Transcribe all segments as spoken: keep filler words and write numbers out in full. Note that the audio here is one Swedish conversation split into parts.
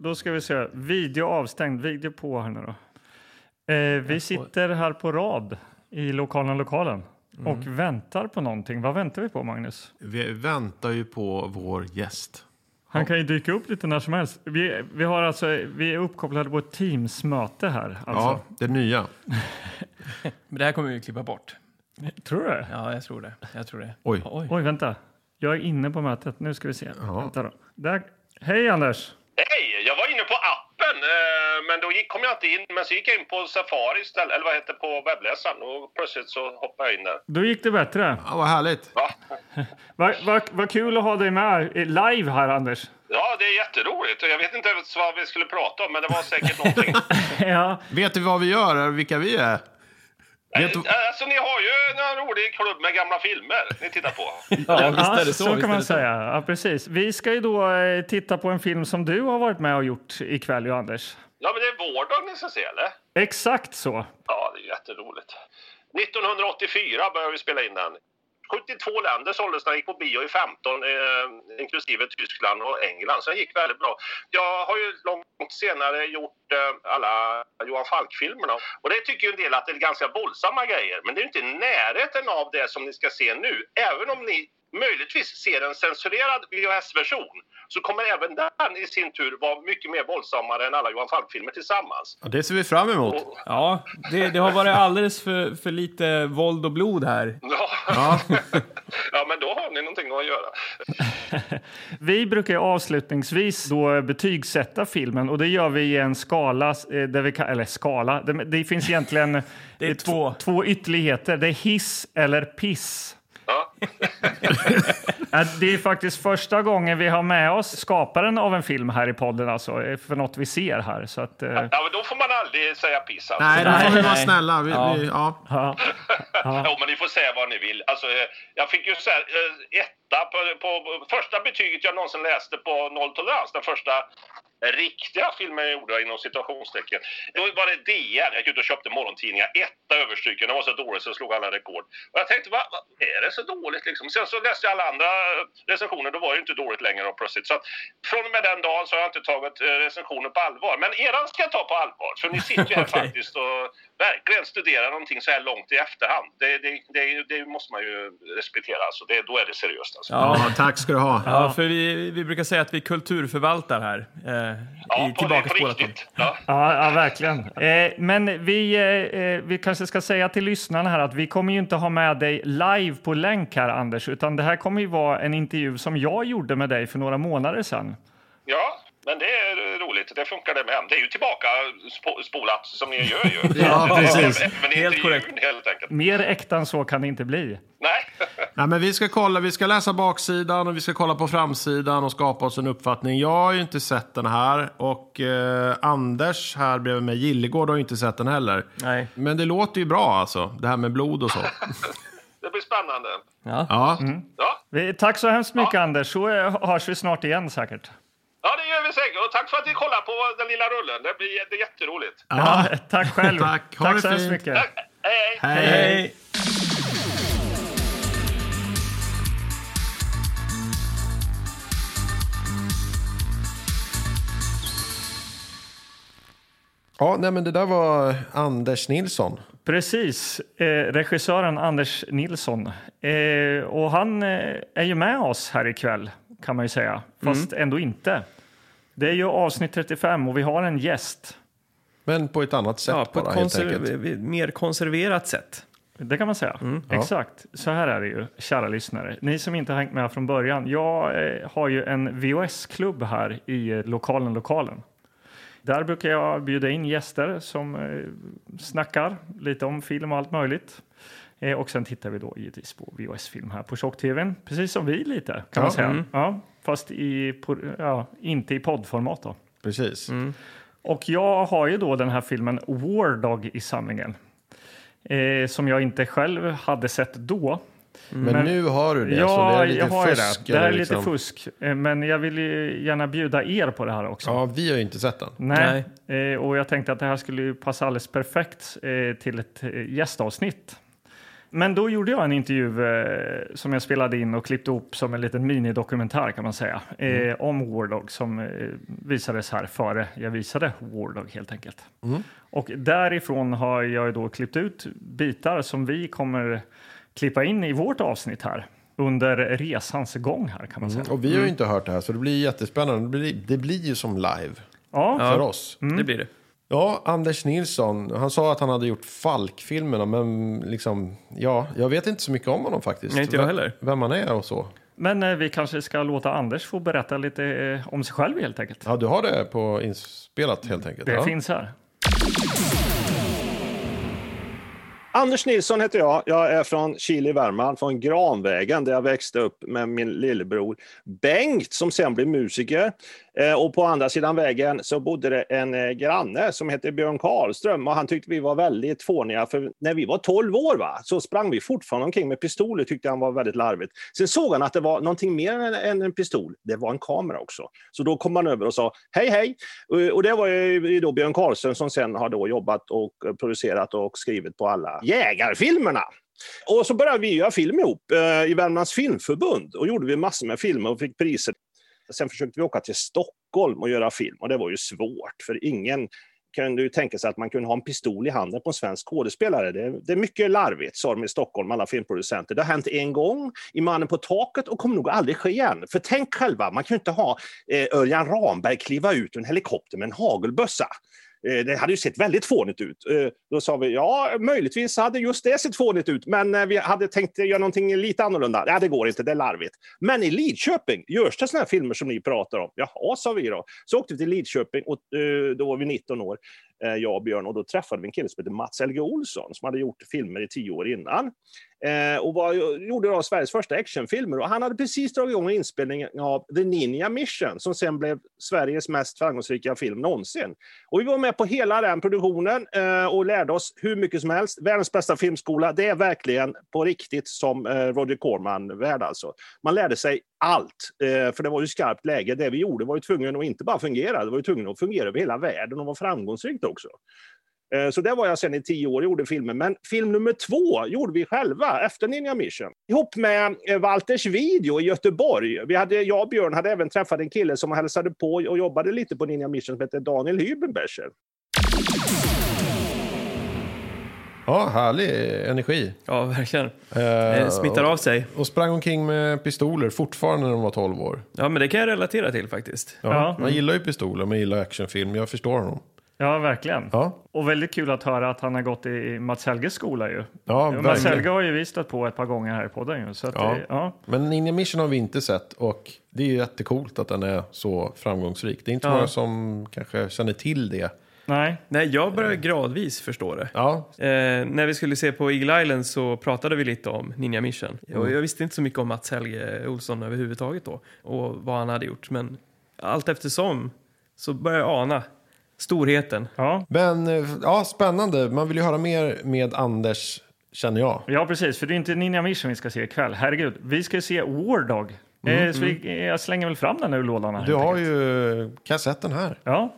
då ska vi se. Video avstängd, video på här nu då. Eh, vi sitter här på rad i lokalen lokalen mm. och väntar på någonting. Vad väntar vi på, Magnus? Vi väntar ju på vår gäst. Han kan ju dyka upp lite när som helst. Vi, vi, har alltså, vi är uppkopplade på ett Teams-möte här. Alltså. Ja, det nya. Men det här kommer vi klippa bort. Tror du det? Ja, jag tror det. Jag tror det. Oj. Oj. Oj, vänta. Jag är inne på mötet. Nu ska vi se. Ja. Vänta då. Där. Hej, Anders. Hej, jag var inne på appen, men då gick, kom jag inte in. Men så gick jag in på Safari istället, eller vad heter på webbläsaren. Och plötsligt så hoppade jag in där. Då gick det bättre. Ja, vad härligt. Va? Vad va, va kul att ha dig med live här, Anders. Ja, det är jätteroligt. Jag vet inte vad vi skulle prata om, men det var säkert någonting. Ja. Vet du vad vi gör? Vilka vi är? Vet du... Alltså, ni har ju en rolig klubb med gamla filmer ni tittar på. Ja, visst är det så. så visst kan man det säga. Ja, precis. Vi ska ju då eh, titta på en film som du har varit med och gjort ikväll, ju, Anders. Ja, men det är Vårdag ni ska se, eller? Exakt så. Ja, det är jätteroligt. nittonhundraåttiofyra började vi spela in den. sjuttiotvå länder såldes den, gick på bio i femton, eh, inklusive Tyskland och England. Så den gick väldigt bra. Jag har ju långt senare gjort eh, alla Johan Falk-filmerna. Och det tycker ju en del att det är ganska våldsamma grejer. Men det är inte i närheten av det som ni ska se nu. Även om ni möjligtvis ser en censurerad V H S-version, så kommer även den i sin tur vara mycket mer våldsammare än alla Johan Falk-filmer tillsammans. Ja, det ser vi fram emot. Och, Ja, det, det har varit alldeles för, för lite våld och blod här. ja. Ja. Ja, men då har ni någonting att göra. Vi brukar ju avslutningsvis då betygsätta filmen, och det gör vi i en skala, eh, där vi kan, eller skala, det, det finns egentligen Det är t- två. två ytterligheter. Det är hiss eller piss. Ja. Det är faktiskt första gången vi har med oss skaparen av en film här i podden, alltså, för något vi ser här. Så att, eh... Ja, men då får man aldrig säga piss. Alltså. Nej, då får vi vara nej. snälla. Vi, Ja. vi, ja. ja. Ja. Jo, men ni får säga vad ni vill. Alltså, eh, jag fick ju så här, eh, etta på, på första betyget jag någonsin läste på nolltolerans. Den första riktiga filmen jag gjorde inom situationstecken. Då var det D N. Jag gick ut och köpte morgontidningar. Etta överstryken. Det var så dåligt så slog alla rekord. Och jag tänkte, vad va, är det så dåligt liksom? Sen så läste jag alla andra recensioner. Då var det inte dåligt längre och plötsligt. Så att från och med den dagen så har jag inte tagit recensioner på allvar. Men eran ska jag ta på allvar. För ni sitter ju här Okay. faktiskt och verkligen studerar någonting så här långt i efterhand. Det, det, det, det måste man ju respektera. Alltså. Det, då är det seriöst. Alltså. Ja, tack ska du ha. Ja, för vi, vi brukar säga att vi kulturförvaltar här. Eh, Ja, i, på, tillbaka på på riktigt. Ja. Ja, ja, verkligen. Eh, men vi, eh, vi kanske ska säga till lyssnarna här att vi kommer ju inte ha med dig live på länk här, Anders, utan det här kommer ju vara en intervju som jag gjorde med dig för några månader sedan. Ja, men det är roligt. Det funkar det med. Det är ju tillbaka sp- spolat som ni gör ju. Ja, precis. Men Helt inte korrekt. ljud, helt enkelt. Mer äkta än så kan det inte bli. Nej. Nej, men vi ska kolla, vi ska läsa baksidan och vi ska kolla på framsidan och skapa oss en uppfattning. Jag har ju inte sett den här, och eh, Anders här bredvid mig, Gillegård, har ju inte sett den heller. Nej. Men det låter ju bra alltså, det här med blod och så. Det blir spännande. Ja. Ja, Ja. Vi, tack så hemskt mycket, Anders. Så eh, hörs vi snart igen säkert. Ja, det gör vi säkert. Och tack för att ni kollar på den lilla rullen. Det blir det är jätteroligt. Ja, tack själv. Tack. Ha tack det så hemskt fint. mycket. Tack. Hej, hej. hej. Hej. Ja, nej, men det där var Anders Nilsson. Precis, eh, regissören Anders Nilsson. Eh, och han eh, är ju med oss här ikväll, kan man ju säga. Fast Mm. ändå inte. Det är ju avsnitt trettiofem och vi har en gäst. Men på ett annat sätt Ja, på bara, ett helt konser- enkelt. mer konserverat sätt. Det kan man säga. ja. Exakt. Så här är det ju, kära lyssnare. Ni som inte har hängt med från början. Jag eh, har ju en V H S-klubb här i eh, lokalen lokalen. Där brukar jag bjuda in gäster som eh, snackar lite om film och allt möjligt. Eh, och sen tittar vi då givetvis på V H S-film här på Tjock-tvn. Precis som vi lite, kan Ja. man säga. Mm. Ja, fast i, på, ja, inte i poddformat då. Precis. Och jag har ju då den här filmen War Dog i samlingen. Eh, som jag inte själv hade sett då. Men, Men- nu har du det, Ja, så det är lite jag har ju fusk. det. Det här är eller lite liksom. fusk. Eh, Men jag vill ju gärna bjuda er på det här också. Ja, vi har ju inte sett den. Nej. Eh, och jag tänkte att det här skulle ju passa alldeles perfekt eh, till ett eh, gästavsnitt. Men då gjorde jag en intervju eh, som jag spelade in och klippte upp som en liten minidokumentär kan man säga. Mm. Eh, om War Dog som eh, visades här före jag visade War Dog helt enkelt. Mm. Och därifrån har jag då klippt ut bitar som vi kommer klippa in i vårt avsnitt här. Under resans gång här kan man säga. Mm. Och vi har ju inte hört det här så det blir jättespännande. Det blir, det blir ju som live ja. för ja. oss. Mm. Det blir det. Ja, Anders Nilsson, han sa att han hade gjort Falk-filmerna, men liksom, ja, jag vet inte så mycket om honom faktiskt. Nej, inte jag heller. Vem han är och så. Men eh, vi kanske ska låta Anders få berätta lite eh, om sig själv helt enkelt. Ja, du har det på inspelat helt enkelt. Det ja. finns här. Anders Nilsson heter jag. Jag är från Chile, Värmland, från Granvägen där jag växte upp med min lillebror Bengt som sen blev musiker. Eh, och på andra sidan vägen så bodde det en eh, granne som hette Björn Karlström och han tyckte vi var väldigt fåniga för när vi var tolv år va, så sprang vi fortfarande omkring med pistoler, tyckte han var väldigt larvigt. Sen såg han att det var någonting mer än, än en pistol. Det var en kamera också. Så då kom han över och sa hej hej. Och, och det var ju då Björn Karlström som sen har då jobbat och producerat och skrivit på alla jägarfilmerna. Och så började vi göra film ihop eh, i Värmlands filmförbund och gjorde vi massor med filmer och fick priser. Sen försökte vi åka till Stockholm och göra film och det var ju svårt för ingen kunde ju tänka sig att man kunde ha en pistol i handen på en svensk skådespelare. Det, det är mycket larvigt, sa de i Stockholm, alla filmproducenter. Det har hänt en gång i Mannen på taket och kommer nog aldrig ske igen. För tänk själva, man kan ju inte ha eh, Örjan Ramberg kliva ut ur en helikopter med en hagelbössa. Det hade ju sett väldigt fånigt ut. Då sa vi, ja, möjligtvis hade just det sett fånigt ut. Men vi hade tänkt göra någonting lite annorlunda. Ja, det går inte, det är larvigt. Men i Lidköping görs det såna här filmer som ni pratar om. Jaha, sa vi då. Så åkte vi till Lidköping och då var vi nitton år, jag och Björn. Och då träffade vi en kille som heter Mats Helge Olsson som hade gjort filmer i tio år innan. Eh, och var, gjorde då Sveriges första actionfilmer och han hade precis dragit igång inspelningen av The Ninja Mission som sen blev Sveriges mest framgångsrika film någonsin. Och vi var med på hela den produktionen eh, och lärde oss hur mycket som helst. Världens bästa filmskola, det är verkligen på riktigt som eh, Roger Corman-värld alltså. Man lärde sig allt, eh, för det var ju skarpt läge. Det vi gjorde var ju tvungen att inte bara fungera, det var ju tvungen att fungera över hela världen och vara framgångsrikt också. Så där var jag sen i tio år och gjorde filmer. Men film nummer två gjorde vi själva efter Ninja Mission. Ihop med Walters Video i Göteborg. Vi hade, jag och Björn hade även träffat en kille som hälsade på och jobbade lite på Ninja Mission som heter Daniel Hübenbecher. Ja, härlig energi. Ja, verkligen. Eh, Det smittar av sig. Och sprang omkring med pistoler fortfarande när de var tolv år. Ja, men det kan jag relatera till faktiskt. Ja, Ja. Man gillar ju pistoler, man gillar actionfilm. Jag förstår honom. Ja, verkligen. Ja. Och väldigt kul att höra att han har gått i Mats Helges skola ju. Ja, Mats verkligen. Helge har ju visat på ett par gånger här i podden ju. Så att Ja. det, ja. Men Ninja Mission har vi inte sett och det är ju jättecoolt att den är så framgångsrik. Det är inte Ja. många som kanske känner till det. Nej. Nej, jag börjar gradvis förstå det. Ja, Eh, när vi skulle se på Eagle Island så pratade vi lite om Ninja Mission. Och jag visste inte så mycket om Mats Helge Olsson överhuvudtaget då. Och vad han hade gjort. Men allt eftersom så började jag ana storheten. Ja. men eh, ja, spännande. Man vill ju höra mer med Anders, känner jag. ja, precis. För det är inte Ninja Mission vi ska se ikväll. Herregud, vi ska se War Dog. Eh, så vi, jag slänger väl fram den ur lådan här. Du helt har enkelt. ju kassetten här. Ja.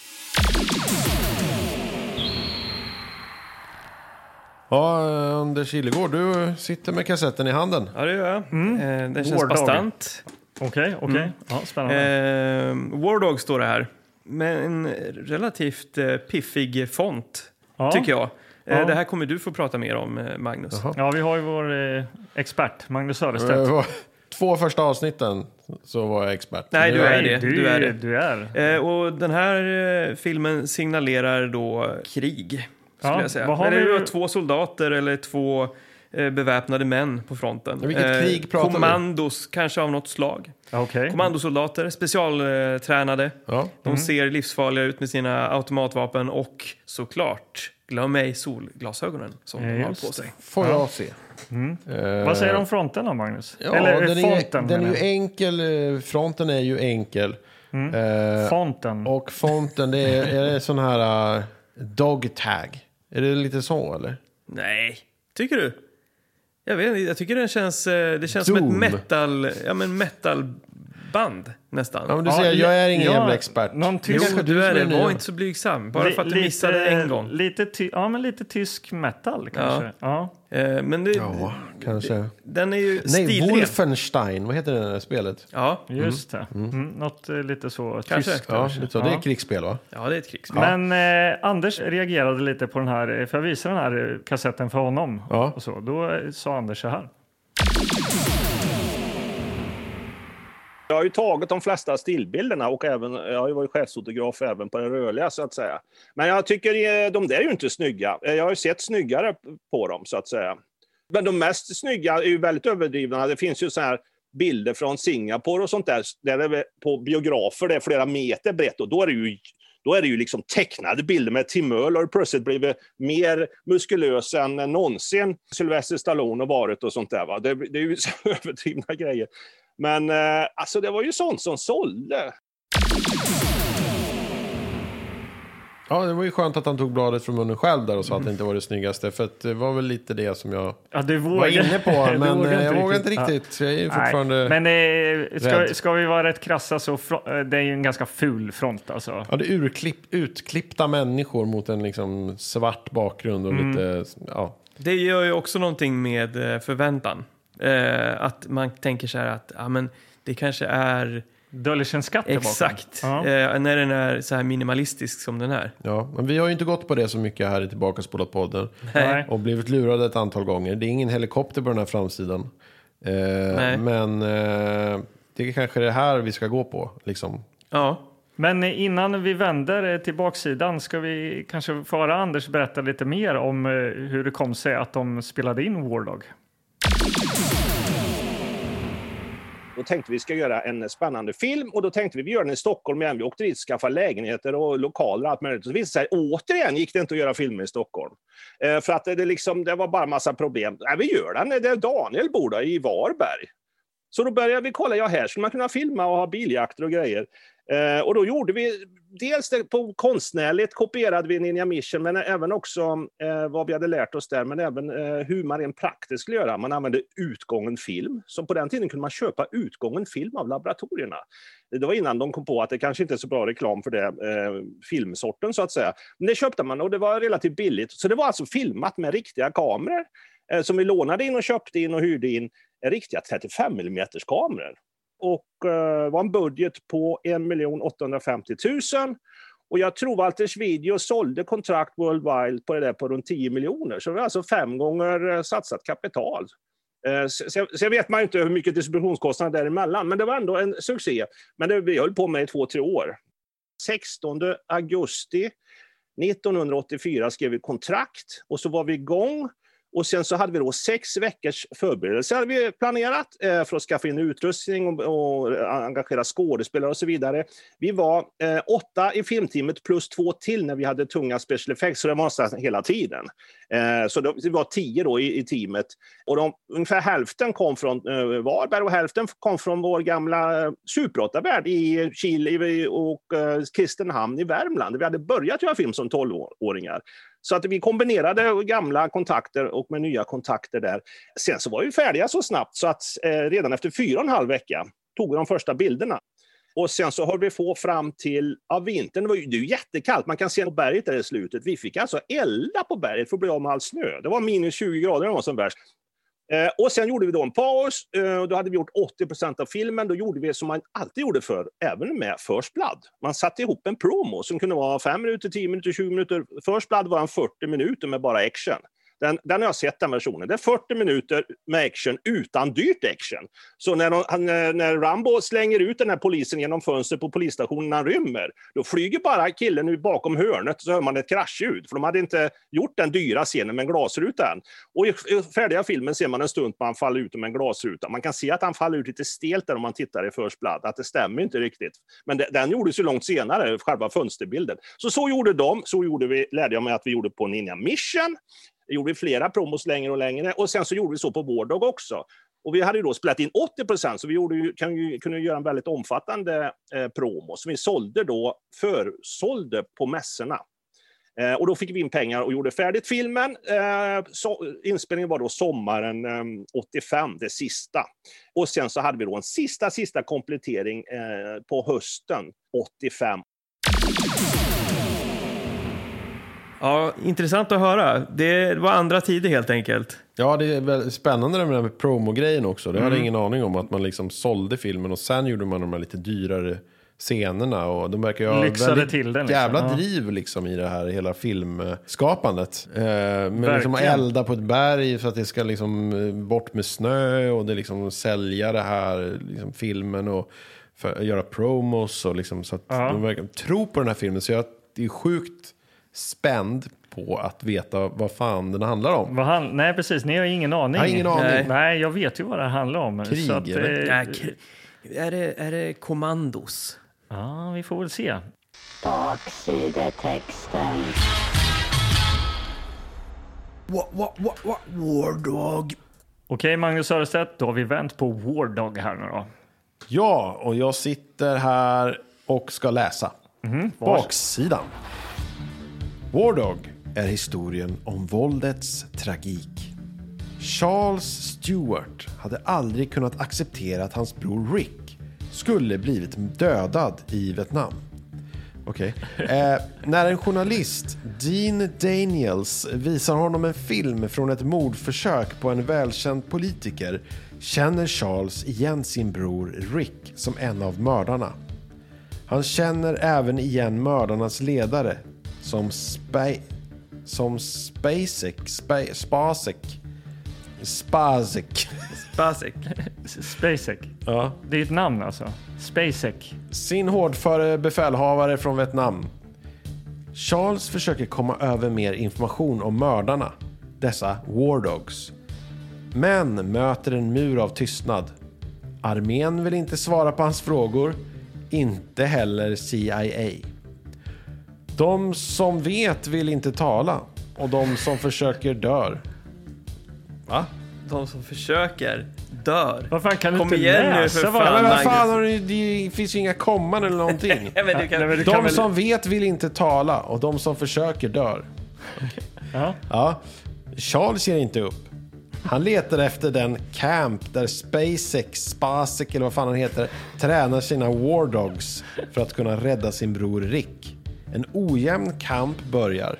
Ja, eh, Anders Killegård, du sitter med kassetten i handen. Ja, det gör jag. Eh, den känns War Dog. bastant. Okej, okej. Ja, spännande. Eh, War Dog står det här. Med en relativt eh, piffig font, Ja. tycker jag. Eh, Ja. Det här kommer du få prata mer om, eh, Magnus. Jaha. Ja, vi har ju vår eh, expert, Magnus Söderstedt. Det var två första avsnitten så var jag expert. Nej, du Nu är det. Du, Du är det. Du är. Eh, och den här eh, filmen signalerar då krig, skulle Ja, jag säga. vad har Men det är vi- ju två soldater eller två eh, beväpnade män på fronten. Ja, vilket krig pratar vi? Kommandos, kanske av något slag. Okej. Kommandosoldater, specialtränade. Ja. De ser livsfarliga ut med sina automatvapen och såklart, glöm ej solglasögonen som Ja, de har just på sig. Får Ja. jag se. Eh, Vad säger du om fronten då, Magnus? Ja, Eller den, fonten? är, den är menar ju jag. enkel. eh, Fronten är ju enkel. Eh, Fonten. och fonten, det är, är det sån här uh, dog tag. Är det lite så, eller? Nej, tycker du? Jag vet inte, jag tycker den känns, eh, det känns som Doom. ett metal, ja men metal band nästan. Ja, men du Ja, säger, jag är ingen ja, jävla expert. någon Jo, tysk, du är det. som är Var ny. inte så blygsam. Bara li- för att du lite- missade en gång. Lite ty, ja, men lite tysk metal kanske. Ja. Eh, men det, Ja, kanske. den är ju Nej, stilren. Wolfenstein. Vad heter det där spelet? Ja, Just det. Mm. Något eh, lite så Kanske. tyskt. Ja, kanske. lite så. Det är krigsspel, va? ja, det är ett krigsspel. Men eh, Anders reagerade lite på den här, eh, för jag visade den här eh, kassetten för honom. Ja. Och så. Då eh, sa Anders så här. Jag har ju tagit de flesta stillbilderna och även, jag har ju varit chefsfotograf även på den rörliga så att säga. Men jag tycker eh, de där är ju inte snygga. Jag har ju sett snyggare på dem så att säga. Men de mest snygga är ju väldigt överdrivna. Det finns ju så här bilder från Singapore och sånt där, där det är på biografer det är flera meter brett och då är det ju Då är det ju liksom tecknade bilder med Tim Möller och plötsligt blivit mer muskulös än någonsin Sylvester Stallone har varit och sånt där. Va? Det, det är ju så överdrivna grejer. Men eh, alltså det var ju sånt som sålde. Ja, det var ju skönt att han tog bladet från munnen själv där och sa att det inte var det snyggaste. För att det var väl lite det som jag Ja, du var vågar, inne på. du Men vågar eh, jag vågar inte Ja. riktigt. Jag är ju fortfarande... Nej, men eh, ska, rädd. ska vi vara rätt krassa så fro- eh, det är ju en ganska ful front alltså. Ja, det är urklipp, utklippta människor mot en liksom svart bakgrund och lite... Ja. Det gör ju också någonting med eh, förväntan. Eh, att man tänker så här att ja, men det kanske är Döljer sig en skatt där bakom. exakt Ja. eh, när den är så här minimalistisk som den är. Ja, men vi har ju inte gått på det så mycket här i Tillbaka spolat podden. Nej. Och blivit lurade ett antal gånger. Det är ingen helikopter på den här framsidan. Eh, Nej. men eh, det är kanske det här vi ska gå på. Liksom. Ja. Men innan vi vänder till baksidan ska vi kanske få höra Anders berätta lite mer om eh, hur det kom sig att de spelade in War Dog. Då tänkte vi ska göra en spännande film och då tänkte vi vi gör den i Stockholm igen. Vi åkte dit, skaffa lägenheter och lokaler och allt möjligt. Så visade sig återigen gick det inte att göra filmer i Stockholm. Eh, för att det, liksom, det var bara massa problem. Nej, vi gör den, det är Daniel bor där i Varberg. Så då började vi kolla, ja här skulle man kunna filma och ha biljakter och grejer. Eh, och då gjorde vi, dels det på konstnärligt kopierade vi Ninja Mission, men även också eh, vad vi hade lärt oss där, men även eh, hur man rent praktiskt skulle göra. Man använde utgången film, som på den tiden kunde man köpa utgången film av laboratorierna. Det var innan de kom på att det kanske inte är så bra reklam för det, eh, filmsorten så att säga. Men det köpte man och det var relativt billigt. Så det var alltså filmat med riktiga kameror eh, som vi lånade in och köpte in och hyrde in eh, riktiga trettiofem millimeter kameror. Och eh, var en budget på en miljon åttahundrafemtio tusen. Och jag tror Walters Video sålde kontrakt worldwide på det där på runt tio miljoner. Så det var alltså fem gånger eh, satsat kapital. Eh, så, så jag vet man inte hur mycket distributionskostnader däremellan. Men det var ändå en succé. Men det, vi höll på med i två, tre år. sextonde augusti nittonhundraåttiofyra skrev vi kontrakt. Och så var vi igång. Och sen så hade vi då sex veckors förberedelser hade vi planerat eh, för att skaffa in utrustning och, och engagera skådespelare och så vidare. Vi var eh, åtta i filmteamet plus två till när vi hade tunga special effects, så det var nästan hela tiden. Eh, så det var tio då i, i teamet. Och de, ungefär hälften kom från eh, Varberg och hälften kom från vår gamla eh, superåtavärld i Chile och eh, Kristinehamn i Värmland. Vi hade börjat göra film som tolvåringar. Så att vi kombinerade gamla kontakter och med nya kontakter där. Sen så var vi färdiga så snabbt så att eh, redan efter fyra och en halv vecka tog vi de första bilderna. Och sen så har vi få fram till ja, vintern. Det var ju, det är ju jättekallt. Man kan se på berget där i slutet. Vi fick alltså elda på berget för att bli av med all snö. Det var minus tjugo grader var som värst. Eh, och sen gjorde vi då en paus. Eh, då hade vi gjort åttio procent av filmen. Då gjorde vi som man alltid gjorde för, även med First Blood. Man satte ihop en promo som kunde vara fem minuter, tio minuter, tjugo minuter. First Blood var en fyrtio minuter med bara action. Den, den har jag sett, den versionen. Det är fyrtio minuter med action utan dyrt action. Så när, de, han, när Rambo slänger ut den här polisen genom fönstret på polisstationen när han rymmer, då flyger bara killen ut bakom hörnet så hör man ett kraschljud. För de hade inte gjort den dyra scenen med en glasruta än. Och i färdiga filmen ser man en stund på han faller ut med en glasruta. Man kan se att han faller ut lite stelt där om man tittar i First Blood. Att det stämmer inte riktigt. Men det, den gjordes ju långt senare, själva fönsterbilden. Så så gjorde de. Så gjorde vi, lärde jag mig att vi gjorde på Ninja Mission. Det gjorde vi flera promos längre och längre. Och sen så gjorde vi så på War Dog också. Och vi hade ju då spelat in åttio procent. Så vi gjorde ju, kan ju, kunde göra en väldigt omfattande eh, promo. Som vi sålde då, försålde på mässorna. Eh, och då fick vi in pengar och gjorde färdigt filmen. Eh, så, inspelningen var då sommaren eh, åttiofem, det sista. Och sen så hade vi då en sista, sista komplettering eh, på hösten åttiofem. Ja, intressant att höra. Det var andra tider helt enkelt. Ja, det är väldigt spännande med den här promo-grejen också. Det mm. hade jag ingen aning om, att man liksom sålde filmen och sen gjorde man de här lite dyrare scenerna, och de verkar ju ha väldigt till den, liksom. jävla ja. driv liksom i det här hela filmskapandet. Eh, men liksom elda på ett berg för att det ska liksom bort med snö, och det liksom sälja det här liksom filmen och för att göra promos och liksom, så att ja. de verkar tro på den här filmen. Så jag, det är sjukt spänd på att veta vad fan den handlar om. Vad han, nej, precis. Ni har ingen aning. Jag har ingen aning. Nej, nej, jag vet ju vad det handlar om. Krig, så att, eller? Eh, ja, k- är, det, är det kommandos? Ja, vi får väl se. Baksidetexten. What, what, what, what? War Dog. Okej, Magnus Söderstedt, då har vi vänt på War Dog här nu då. Ja, och jag sitter här och ska läsa. Mm, baksidan. War Dog är historien om våldets tragik. Charles Stewart hade aldrig kunnat acceptera att hans bror Rick skulle blivit dödad i Vietnam. Okej. Okay. Eh, när en journalist, Dean Daniels, visar honom en film från ett mordförsök på en välkänd politiker, känner Charles igen sin bror Rick som en av mördarna. Han känner även igen mördarnas ledare som Spa- som Spacek, Spa- Spacek, Spacek. Spacek. Spacek. Ja. Det är ett namn alltså. Spacek. Sin hårdföre befälhavare från Vietnam. Charles försöker komma över mer information om mördarna, dessa War Dogs, men möter en mur av tystnad. Armén vill inte svara på hans frågor, inte heller C I A. De som vet vill inte tala, och de som försöker dör. Va? De som försöker dör. Vad fan, kan du Kom inte igen nu läsa för vad- fan, Men vad fan, Magnus. har du, det finns ju inga komman eller någonting. Ja, men du kan... Nej, men du kan De väl- som vet vill inte tala, och de som försöker dör. Ja. Ja, Charles ger inte upp. Han letar efter den camp där Spacek, Spacek eller vad fan han heter, tränar sina War Dogs för att kunna rädda sin bror Rick. En ojämn kamp börjar.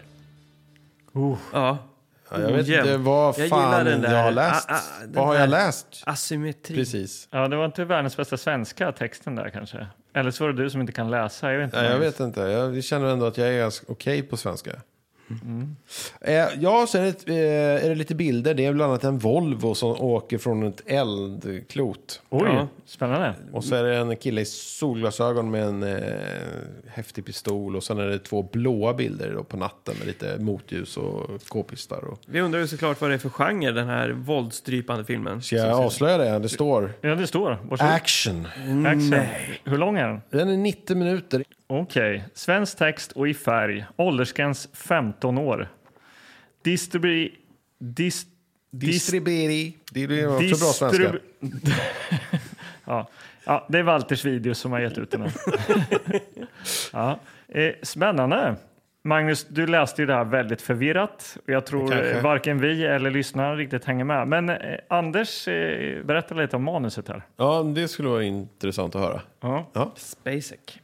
Ja. Ja, jag vet Ojämn. inte vad Jag fan gillar den jag där- har läst. ah, ah, den vad har jag här- läst? Asymmetri. Precis. ja, det var inte världens bästa svenska texten där kanske. Eller så var det du som inte kan läsa. Jag vet inte. Nej, jag Magnus. vet inte. Jag känner ändå att jag är ganska okej på svenska. Mm. Eh, ja, sen är det, eh, är det lite bilder. Det är bland annat en Volvo som åker från ett eldklot. Oj, Ja. spännande. Och så är det en kille i solglasögon med en eh, häftig pistol. Och sen är det två blåa bilder då på natten med lite motljus och k-pistar. Och... Vi undrar ju såklart vad det är för genre, den här våldsdrypande filmen. Ska jag avslöja det? Det står Ja, det står. Varsågod. action. Action. Hur lång är den? Den är nittio minuter. Okej. Svensk text och i färg. Åldersgräns femton år. Distribu... Dis... Dis... Distriberi. Det är också bra svenska. Distrib- ja. ja, det är Walters video som har gett ut den här. ja. eh, spännande. Magnus, du läste ju det här väldigt förvirrat. Och jag tror Kanske. eh, varken vi eller lyssnarna riktigt hänger med. Men eh, Anders, eh, berätta lite om manuset här. Ja, det skulle vara intressant att höra. Ja. Ja. Spacek.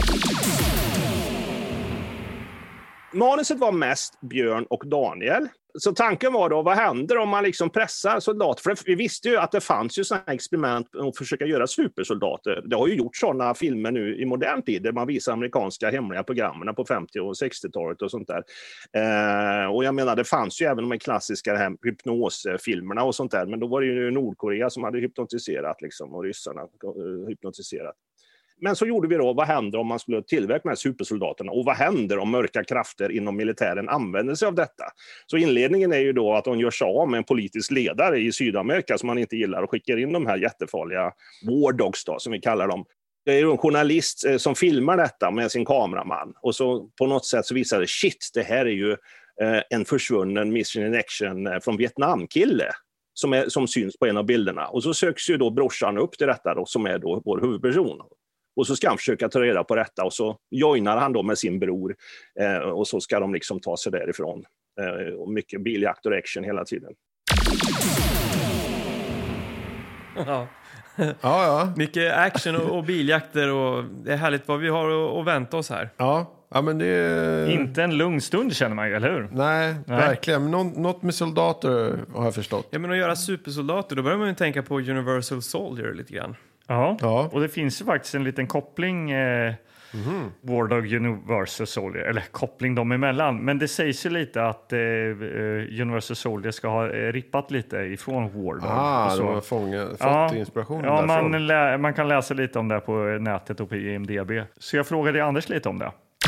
Manuset var mest Björn och Daniel. Så tanken var då, vad händer om man liksom pressar soldater? För vi visste ju att det fanns ju sådana här experiment att försöka göra supersoldater. Det har ju gjort sådana filmer nu i modern tid där man visar amerikanska hemliga programmen på femtio- och sextiotalet och sånt där. Eh, och jag menar, det fanns ju även de här klassiska här hypnosfilmerna och sånt där. Men då var det ju Nordkorea som hade hypnotiserat liksom, och ryssarna uh, hypnotiserat. Men så gjorde vi då, vad händer om man skulle tillverka de här supersoldaterna? Och vad händer om mörka krafter inom militären använder sig av detta? Så inledningen är ju då att de gör sig av med en politisk ledare i Sydamerika som man inte gillar och skickar in de här jättefarliga War Dogs då, som vi kallar dem. Det är ju en journalist som filmar detta med sin kameraman. Och så på något sätt så visar det, shit, det här är ju eh, en försvunnen Mission in Action från Vietnam-kille. Som, är, som syns på en av bilderna. Och så söks ju då brorsan upp till detta då, som är då vår huvudperson. Och så ska han försöka ta reda på detta och så joinar han då med sin bror eh, och så ska de liksom ta sig därifrån. Eh, och mycket biljakt och action hela tiden. Ja. Ja, ja. Mycket action och, och biljakter och det är härligt vad vi har att, att vänta oss här. Ja, ja men det är... Inte en lugn stund känner man ju, eller hur? Nej, Nej. verkligen. Men något, något med soldater har jag förstått. Ja, men att göra supersoldater, då börjar man ju tänka på Universal Soldier lite grann. Ja. Ja. Och det finns ju faktiskt en liten koppling eh, Mm-hmm. War Dog Universal Soldier, eller koppling dem emellan. Men det sägs ju lite att eh, Universal Soldier ska ha eh, rippat lite ifrån War Dog. Ah, och så. de har fångat, fått Ja. inspiration Ja, därifrån. man, lä- man kan läsa lite om det på nätet och på I M D B. Så jag frågade Anders lite om det.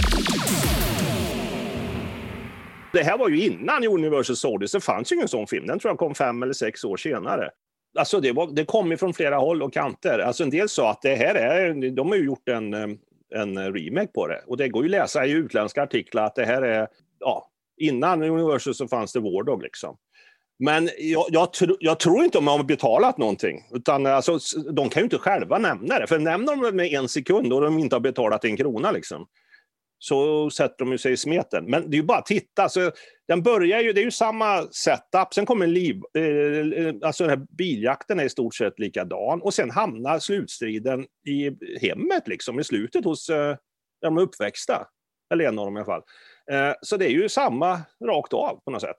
Det här var ju innan Universal Soldier, så fanns ju ingen sån film. Den tror jag kom fem eller sex år senare. Alltså det, var, det kom ju från flera håll och kanter. Alltså en del sa att det här är, de har ju gjort en, en remake på det. Och det går ju att läsa i utländska artiklar att det här är, ja, innan Universal så fanns det War Dog liksom. Men jag, jag, tro, jag tror inte de har betalat någonting. Utan alltså, de kan ju inte själva nämna det. För nämner de med en sekund och de inte har betalat en krona liksom, så sätter de ju sig i smeten. Men det är ju bara att titta. Så den börjar ju, det är ju samma setup. Sen kommer en liv, eh, alltså den här biljakten är i stort sett likadan. Och sen hamnar slutstriden i hemmet liksom, i slutet hos eh, där de är uppväxta. Eller en av dem i alla fall. Eh, så det är ju samma rakt av på något sätt.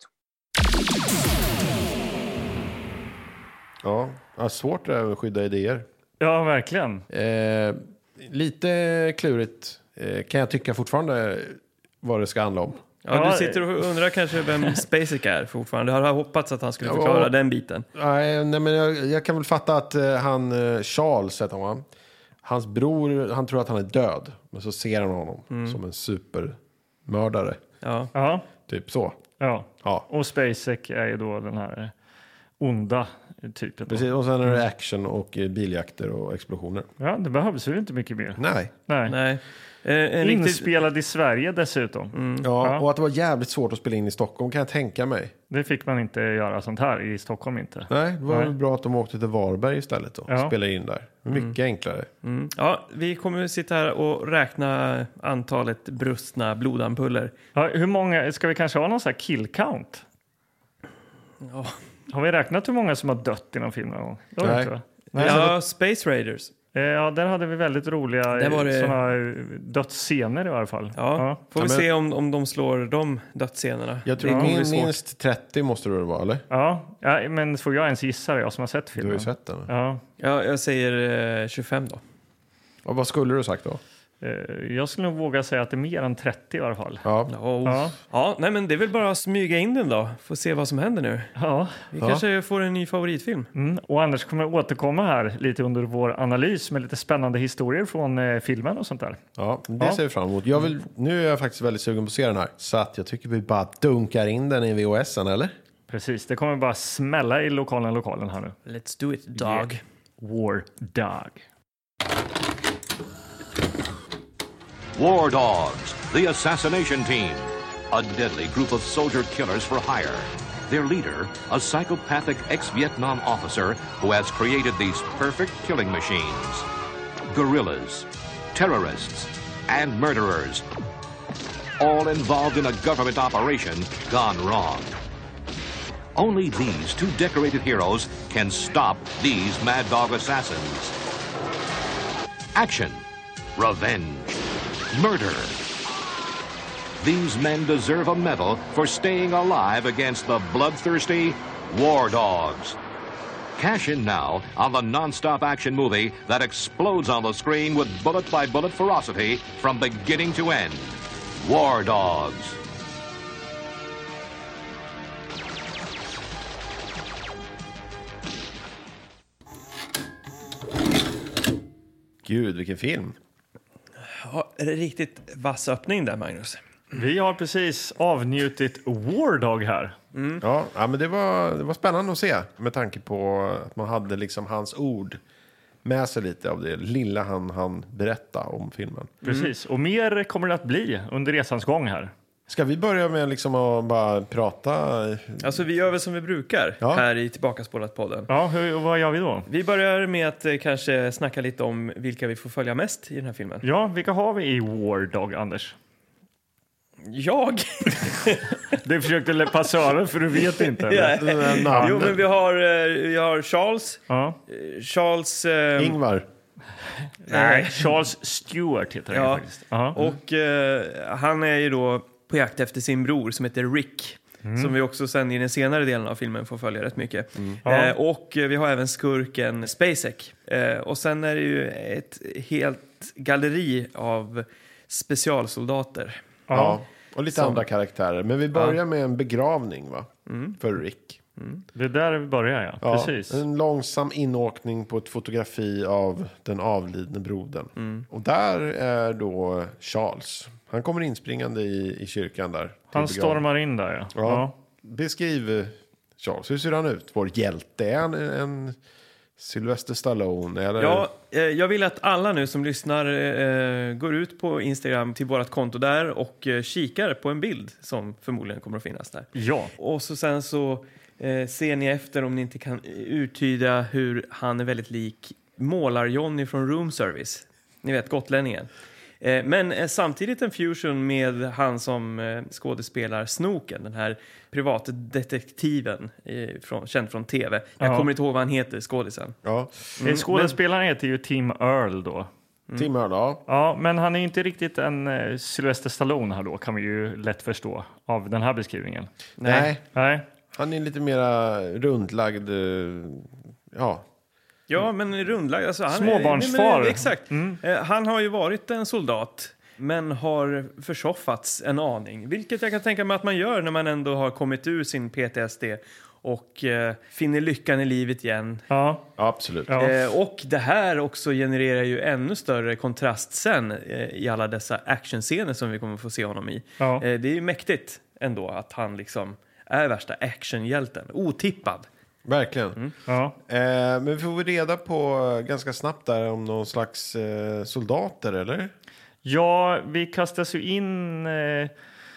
Ja, ja, svårt att skydda idéer. Ja, verkligen. Eh, lite klurigt eh, kan jag tycka fortfarande vad det ska handla om. Ja, Ja, du sitter och undrar kanske vem SpaceX är fortfarande. Jag hade hoppats att han skulle förklara Ja. den biten. Nej, nej men jag, jag kan väl fatta att eh, han, eh, Charles heter han, hans bror, han tror att han är död. Men så ser han honom som en supermördare. Ja. Ja, Typ så. ja. Ja, Och SpaceX är ju då den här onda typen. då. precis. Och sen är det action och eh, biljakter och explosioner. Ja, det behövs ju inte mycket mer. Nej. Nej. Nej. Eh, en riktigt... Inspelad i Sverige dessutom. Ja, Ja. och att det var jävligt svårt att spela in i Stockholm kan jag tänka mig. Det fick man inte göra sånt här i Stockholm inte. Nej, det var Nej. väl bra att de åkte till Varberg istället då. Ja. Spelade in där. Mycket enklare. Mm. Ja, vi kommer sitta här och räkna antalet brustna blodampuller. Ja, hur många, ska vi kanske ha någon sån här kill count? Ja, Har vi räknat hur många som har dött i någon film någon gång? Det har vi Nej. inte, va? Nej. ja Space Raiders. Eh, Ja, där hade vi väldigt roliga Där var det- såna dödsscener i alla fall. Ja, får vi Ja, men- se om, om de slår de dödsscenerna. Jag tror Det kommer bli min, svårt. minst trettio måste det väl vara, eller? Ja, ja, men får jag ens gissa det? Jag som har sett Du filmen. har ju sett den. Ja, Ja, jag säger eh, tjugofem då. Och vad skulle du sagt då? eh, jag skulle nog våga säga att det är mer än trettio i alla fall. Ja. Ja, Ja. ja, nej men det är väl bara att smyga in den då. Får se vad som händer nu. Ja. Vi Ja. kanske får en ny favoritfilm. Mm. Och Anders kommer återkomma här lite under vår analys med lite spännande historier från eh, filmen och sånt där. Ja, det Ja. ser vi fram emot. Jag vill, nu är jag faktiskt väldigt sugen på att se den här. Så att jag tycker vi bara dunkar in den i V H S:en, eller? Precis, det kommer bara smälla i lokalen lokalen här nu. Let's do it, dog. War Dog. War Dogs, the assassination team. A deadly group of soldier killers for hire. Their leader, a psychopathic ex-Vietnam officer who has created these perfect killing machines. Guerrillas, terrorists, and murderers. All involved in a government operation gone wrong. Only these two decorated heroes can stop these Mad Dog assassins. Action, revenge, murder. These men deserve a medal for staying alive against the bloodthirsty War Dogs. Cash in now on the non-stop action movie that explodes on the screen with bullet-by-bullet ferocity from beginning to end. War Dogs. Gud, vilken film. Ja, är det riktigt vass öppning där, Magnus? Vi har precis avnjutit War Dog här. Ja, ja, men det var, det var spännande att se. Med tanke på att man hade liksom hans ord med sig lite av det lilla han, han berätta om filmen. Precis, och mer kommer det att bli under resans gång här. Ska vi börja med liksom att bara prata? Alltså vi gör väl som vi brukar Ja. här i Tillbakaspålat-podden. Ja, hur, och vad gör vi då? Vi börjar med att eh, kanske snacka lite om vilka vi får följa mest i den här filmen. Ja, vilka har vi i War Dog, Anders? Jag? Du försökte läppa över för du vet inte. Ja. Eller? Ja. Jo, men vi har, eh, vi har Charles. Ja. Eh, Charles... Eh, Ingvar. Nej, Charles Stewart heter han Ja. faktiskt. Ja. Och eh, han är ju då på jakt efter sin bror som heter Rick. Mm. Som vi också sen i den senare delen av filmen får följa rätt mycket. Ja. Eh, och vi har även skurken Spacek. Eh, och sen är det ju ett helt galleri av specialsoldater. Ja. Och lite Som- andra karaktärer. Men vi börjar med en begravning, va? För Rick. Det är där vi börjar, ja. Ja, Precis. en långsam inåkning på ett fotografi av den avlidne brodern. Och där är då Charles. Han kommer inspringande i, i kyrkan där. till Han begravningen. stormar in där, ja. Ja. Beskriv Charles. Hur ser han ut? Vår hjälte. Är han en, en Sylvester Stallone? Eller? Ja, eh, jag vill att alla nu som lyssnar eh, går ut på Instagram till vårt konto där och eh, kikar på en bild som förmodligen kommer att finnas där. Ja. Och så sen så eh, ser ni efter om ni inte kan uttyda hur han är väldigt lik Målar-Johnny från Room Service. Ni vet, gotlänningen. Eh, men eh, samtidigt en fusion med han som eh, skådespelar Snooken, den här privatdetektiven eh, från, känd från tv. Jag Ja. kommer inte ihåg vad han heter, skådisen. Ja. Mm. Skådespelaren heter ju Tim Earl då. Tim Earl, ja. Ja, men han är ju inte riktigt en uh, Sylvester Stallone här då, kan vi ju lätt förstå av den här beskrivningen. Nej. Nej. Han är lite mera rundlagd. eh, Ja. Ja, men rundlagd. Alltså, han Småbarnsfar. Är, nej, men, exakt. Eh, han har ju varit en soldat, men har försoffats en aning. Vilket jag kan tänka mig att man gör när man ändå har kommit ur sin P T S D och eh, finner lyckan i livet igen. Ja. Absolut. Ja. Eh, och det här också genererar ju ännu större kontrast sen eh, i alla dessa actionscener som vi kommer få se honom i. Ja. Eh, det är ju mäktigt ändå att han liksom är värsta actionhjälten. Otippad. Verkligen. Ja. Eh, men vi får väl reda på ganska snabbt där om någon slags eh, soldater, eller? Ja, vi kastas ju in eh,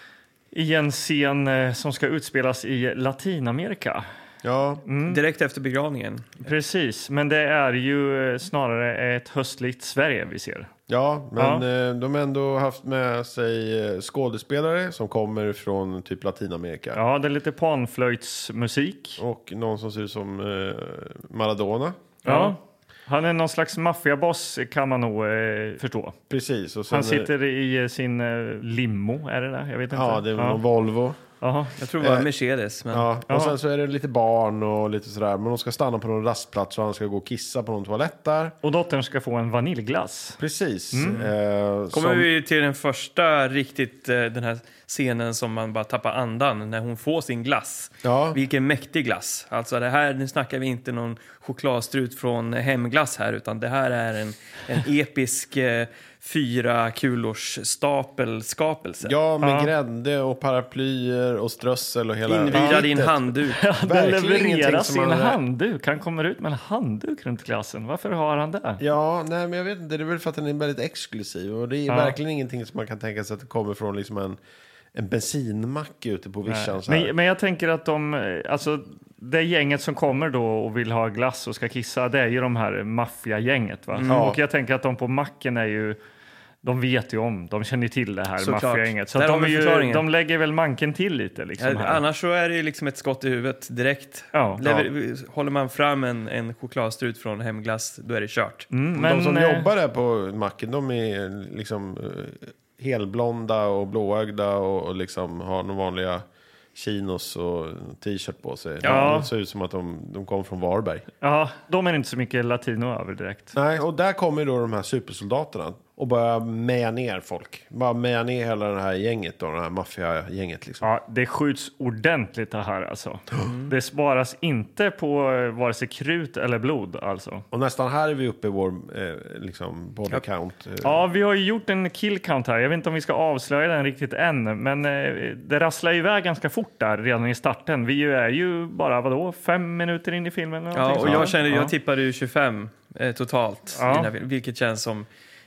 i en scen eh, som ska utspelas i Latinamerika. Ja. Direkt efter begravningen. Precis, men det är ju eh, snarare ett höstligt Sverige vi ser. Ja, men Ja. Eh, de har ändå haft med sig eh, skådespelare som kommer från typ Latinamerika. Ja, det är lite panflöjtsmusik. Och någon som ser ut som eh, Maradona. Ja. Han är någon slags maffiaboss kan man nog eh, förstå. Precis. Och sen, Han sitter i eh, sin eh, limo, är det där? Jag vet inte. Ja, det är ja. någon Volvo. Jaha. Jag tror det var Eh, Mercedes. Men... Ja, och Ja. sen så är det lite barn och lite sådär. Men de ska stanna på någon rastplats och han ska gå och kissa på någon toalett där. Och dottern ska få en vaniljglass. Precis. Mm. Eh, Kommer som, vi till den första riktigt, eh, den här scenen som man bara tappar andan när hon får sin glass. Ja. Vilken mäktig glass. Alltså det här, nu snackar vi inte någon chokladstrut från Hemglass här, utan det här är en, en episk eh, fyra kulors stapelskapelse. Ja, med Ja. grädde och paraplyer och strössel och hela... Invirad i en kittet. handduk. Det Verkligen ingenting levereras som i en man- handduk. Han kommer ut med en handduk runt glassen. Varför har han det? Ja, nej men jag vet inte. Det är väl för att den är väldigt exklusiv. Och det är Ja. verkligen ingenting som man kan tänka sig att det kommer från liksom en, en bensinmack ute på vischan. Så här. Men, men jag tänker att de, eh, alltså det gänget som kommer då och vill ha glass och ska kissa, det är ju de här maffiagänget, va? Ja. Och jag tänker att de på macken är ju, de vet ju om, de känner ju till det här Såklart. maffiagänget. Så Där att har de, är vi ju, förklaringen. de lägger väl manken till lite liksom. Ja, Här. annars så är det ju liksom ett skott i huvudet direkt. Ja. Lever, Håller man fram en, en chokladstrut från Hemglass, då är det kört. Mm, de som eh, jobbar där på macken, de är liksom eh, helblonda och blåögda och, och liksom har de vanliga chinos och t-shirt på sig. Ja. Det ser ut som att de, de kom från Varberg. Ja, de är inte så mycket latino över direkt. Nej, och där kommer då de här supersoldaterna och börjar meja ner folk. Bara meja ner hela det här gänget då, det här maffiagänget liksom. Ja, det skjuts ordentligt det här alltså. Det sparas inte på eh, vare sig krut eller blod alltså. Och nästan här är vi uppe i vår eh, liksom body count. Eh. Ja, vi har ju gjort en kill count här. Jag vet inte om vi ska avslöja den riktigt än, men eh, det rasslar iväg ganska fort där redan i starten. Vi är ju bara, vadå, fem minuter in i filmen? eller Ja, någonting och sånt. jag känner, Ja. jag tippade ju tjugofem eh, totalt, Ja. i den här filmen, vilket känns som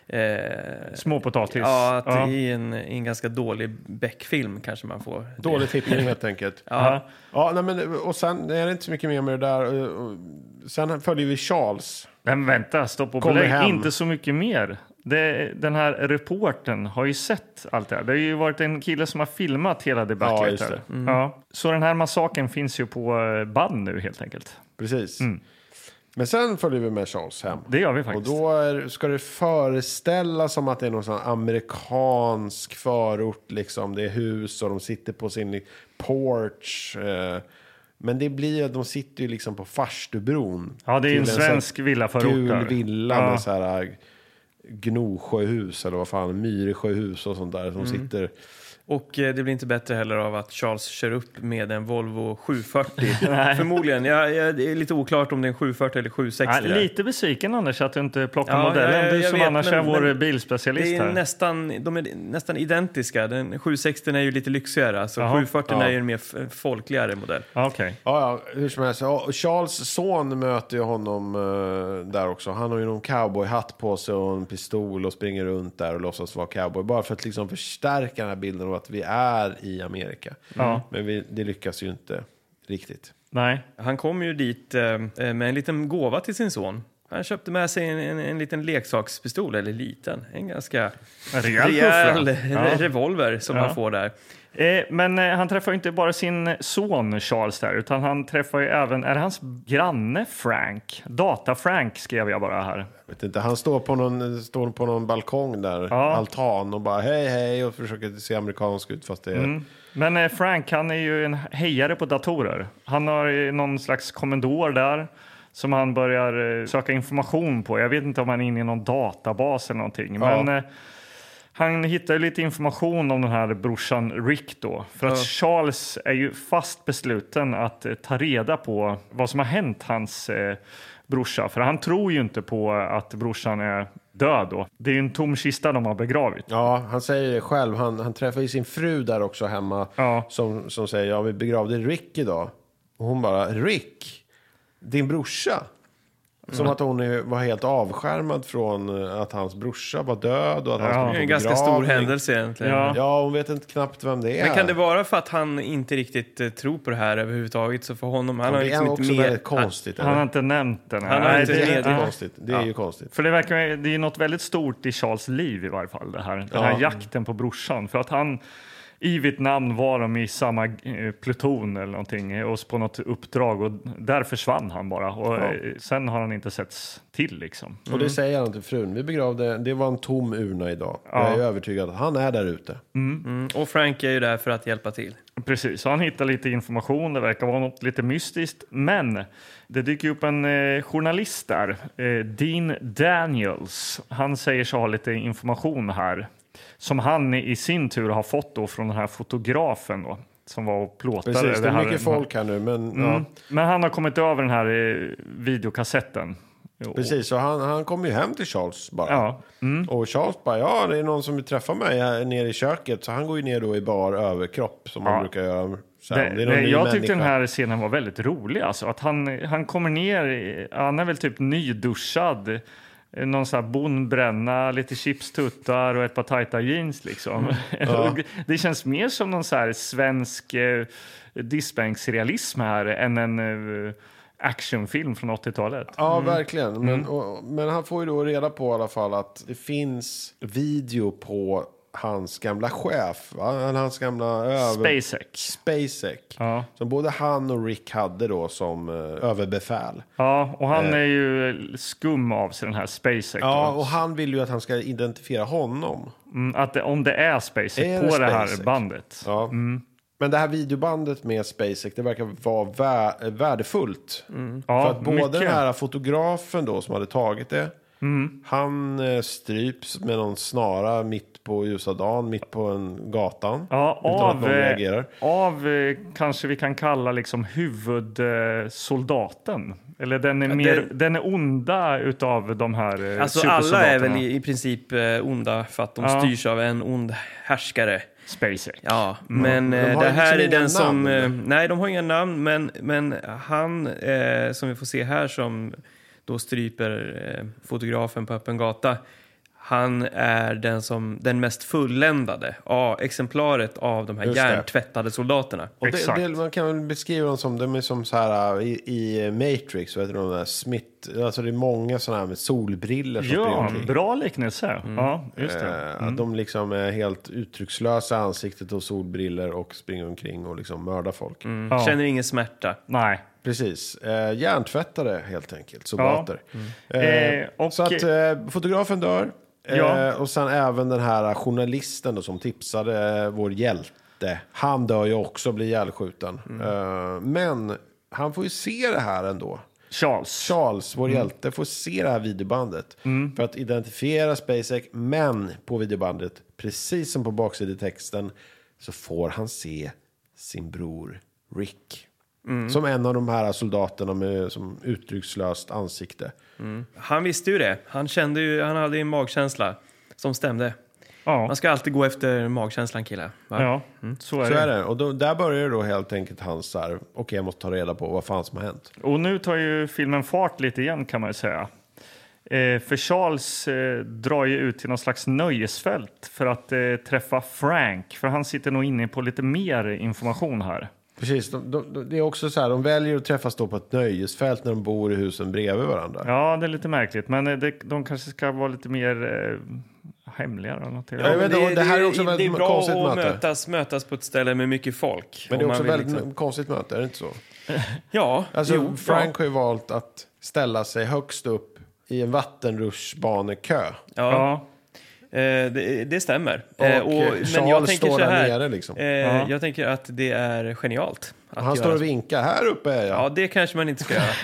Eh, Småpotatis. Ja, att Ja. i en, i en ganska dålig Beck-film kanske man får. Dålig tippning helt enkelt. Ja. Ja, nej, men, och sen är det inte så mycket mer med det där. Och, och, sen följer vi Charles. Men vänta, stopp och Kommer belägg. hem. Inte så mycket mer. Det, den här reporten har ju sett allt det här. Det har ju varit en kille som har filmat hela Ja, debaclet. just här. det. Mm. Ja. Så den här massakern finns ju på eh, band nu helt enkelt. Precis. Mm. Men sen följer vi med Charles hem. Det gör vi Och faktiskt. då är, ska det föreställa som att det är någon sån amerikansk förort. Liksom. Det är hus och de sitter på sin porch. Eh, men det blir att de sitter ju liksom på Farstubron. Ja, det är ju en till svensk villaförort gul där. villa Ja. med så här Gnosjöhus eller vad fan, Myresjöhus och sånt där. Som sitter... Och eh, det blir inte bättre heller av att Charles kör upp med en Volvo sju fyrtio. Förmodligen. Ja, ja, det är lite oklart om det är en sju fyrtio eller sju sextio. Ja, där. lite besviken Anders att du inte plockar Ja, modellen. ja, ja, du jag som vet, annars men- är vår men bilspecialist Det är här. nästan, de är nästan identiska. Den sju sextio är ju lite lyxigare. Alltså Jaha. sju fyrtio Ja. är ju en mer f- folkligare modell. Ja, Okej. Ja, ja, hur som helst. Ja, och Charles son möter ju honom eh, där också. Han har ju någon cowboyhatt på sig och en pistol och springer runt där och låtsas vara cowboy. Bara för att liksom förstärka den här bilden av att vi är i Amerika. Ja. Men vi, det lyckas ju inte riktigt. Nej. Han kom ju dit eh, med en liten gåva till sin son. Han köpte med sig en, en, en liten leksakspistol, eller liten. En ganska En rejäl rejäl puffra. Ja. re- revolver som Ja. han får där. Eh, men eh, han träffar ju inte bara sin son Charles där, utan han träffar ju även, är det hans granne Frank? Data-Frank skrev jag bara här. Vet inte, han står på någon, står på någon balkong där, Ja. altan och bara hej hej och försöker se amerikansk ut fast det är... Mm. Men eh, Frank, han är ju en hejare på datorer. Han har ju någon slags kommendor där som han börjar eh, söka information på. Jag vet inte om han är inne i någon databas eller någonting. Ja. Men eh, han hittar ju lite information om den här brorsan Rick då. För att Ja. Charles är ju fast besluten att eh, ta reda på vad som har hänt hans eh, brorsa. För han tror ju inte på att brorsan är död då. Det är ju en tom kista de har begravit. Ja, han säger det själv. Han, han träffar ju sin fru där också hemma. Ja. Som, som säger, ja vi begravde Rick idag. Och hon bara, Rick? Din brorsa? Som att hon är, var helt avskärmad från att hans brorsa var död och att han Ja. skulle Det är på en ganska stor begravning. händelse egentligen. Ja. Ja, hon vet inte knappt vem det är. Men kan det vara för att han inte riktigt eh, tror på det här överhuvudtaget? Så för honom, han har det liksom är inte också mer... väldigt konstigt. Han har eller? inte nämnt den. Han har Nej, inte det är med- inte ja. konstigt. Det är ju konstigt. För det verkar det är något väldigt stort i Charles liv i varje fall det här. Den Ja. här jakten på brorsan för att han i Vietnam var de i samma eh, pluton eller någonting eh, och på något uppdrag och där försvann han bara och Ja. eh, sen har han inte setts till liksom. Och det säger han till frun. Vi begravde, det var en tom urna idag. Ja. Jag är övertygad att han är där ute. Mm. Och Frank är ju där för att hjälpa till. Precis, så han hittar lite information, det verkar vara något lite mystiskt, men det dyker upp en eh, journalist där, eh, Dean Daniels. Han säger sig ha lite information här som han i sin tur har fått då från den här fotografen då, som var och plåtade. Precis, det är här, mycket folk här nu. Men, Mm. ja, Men han har kommit över den här eh, videokassetten. Och- precis, så han, han kom ju hem till Charles bara. Ja. Mm. Och Charles bara, ja det är någon som vill träffa mig här nere i köket. Så han går ju ner då i bar överkropp som Ja. man brukar göra. Sen. Det, Det är det, någon ny jag tyckte den människa. här scenen var väldigt rolig. Alltså, att han, han kommer ner, i- han är väl typ nyduschad. eh, Någon sån här bondbränna, lite chipstuttar och ett par tajta jeans liksom. Och det känns mer som någon så här svensk eh, diskbänksrealism här än en eh, actionfilm från åttiotalet. Ja, verkligen. Men, Mm. och, men han får ju då reda på i alla fall att det finns video på hans gamla chef. Va? Hans gamla över... SpaceX. SpaceX. Ja. Som både han och Rick hade då som eh, överbefäl. Ja, och han är ju skum av sig den här SpaceX. Ja, då. och han vill ju att han ska identifiera honom. Mm, att det, om det är SpaceX Är på det det här SpaceX? bandet. Ja. Men det här videobandet med SpaceX, det verkar vara vä- värdefullt. Ja, För att både mycket. den här fotografen då som hade tagit det, han eh, stryps med någon snara mitt på ljusa dagen, mitt på en gatan. Ja, utan att av, någon eh, reagerar. av eh, kanske vi kan kalla liksom huvudsoldaten. Eller den är, mer, det- den är onda utav de här eh, Alltså alla är väl supersoldaterna. i, i princip eh, onda för att de Ja. styrs av en ond härskare. SpaceX. Ja, men De eh, har det ju här liksom är den inga som... namn, eh, eller? nej, de har inga namn, men, men han eh, som vi får se här som då stryper eh, fotografen på öppen gata. han är den, som, den mest fulländade ja, exemplaret av de här Just det. hjärntvättade soldaterna. Och det, Exakt. det, man kan väl beskriva dem som, de är som så här i, i Matrix, vet du, de där Smith, alltså det är många sådana här med solbriller som springer Ja, omkring. bra liknelse. Ja, just det. Eh, Mm. Att de liksom är helt uttryckslösa i ansiktet och solbriller och springer omkring och liksom mördar folk. Mm. Ja. Känner ingen smärta. Nej. Precis. Eh, hjärntvättare helt enkelt, soldater. Eh, Eh, och- så att eh, fotografen dör. Eh, Ja. Och sen även den här journalisten då, som tipsade eh, vår hjälte. Han dör ju också och blir ihjälskjuten. Eh, men han får ju se det här ändå. Charles. Charles, vår hjälte, får se det här videobandet för att identifiera SpaceX. Men på videobandet, precis som på baksidetexten, så får han se sin bror Rick. Som en av de här soldaterna med som uttryckslöst ansikte. Han visste ju det. Han kände ju, han hade ju en magkänsla som stämde. Ja, Man ska alltid gå efter magkänslan, killar. Va? ja så är Så det. är det. Och då, där börjar då helt enkelt hans så här, okej, jag måste ta reda på vad fan som har hänt. Och nu tar ju filmen fart lite igen, kan man ju säga. Eh, för Charles eh, drar ju ut till någon slags nöjesfält för att eh, träffa Frank. För han sitter nog inne på lite mer information här. Precis, de, de, det är också så här, de väljer att träffas då på ett nöjesfält när de bor i husen bredvid varandra. Ja, det är lite märkligt. Men eh, det, de kanske ska vara lite mer eh, hemliga eller något. Ja, jag vet inte, och det här är också det är väldigt bra konstigt att möte. mötas, mötas på ett ställe med mycket folk. Men det är Om också man vill väldigt liksom- konstigt möte, är det inte så? Ja, Alltså, jo, Frank har ju valt att ställa sig högst upp i en vattenrutschbanekö. Ja, ja. Ja, Eh, det, det stämmer. Och, Eh, eh, Charles men jag tänker står så där här. nere, liksom. Eh, Ja. Jag tänker att det är genialt. Att Han göra står och så. vinkar, här uppe är jag. Ja, det kanske man inte ska göra.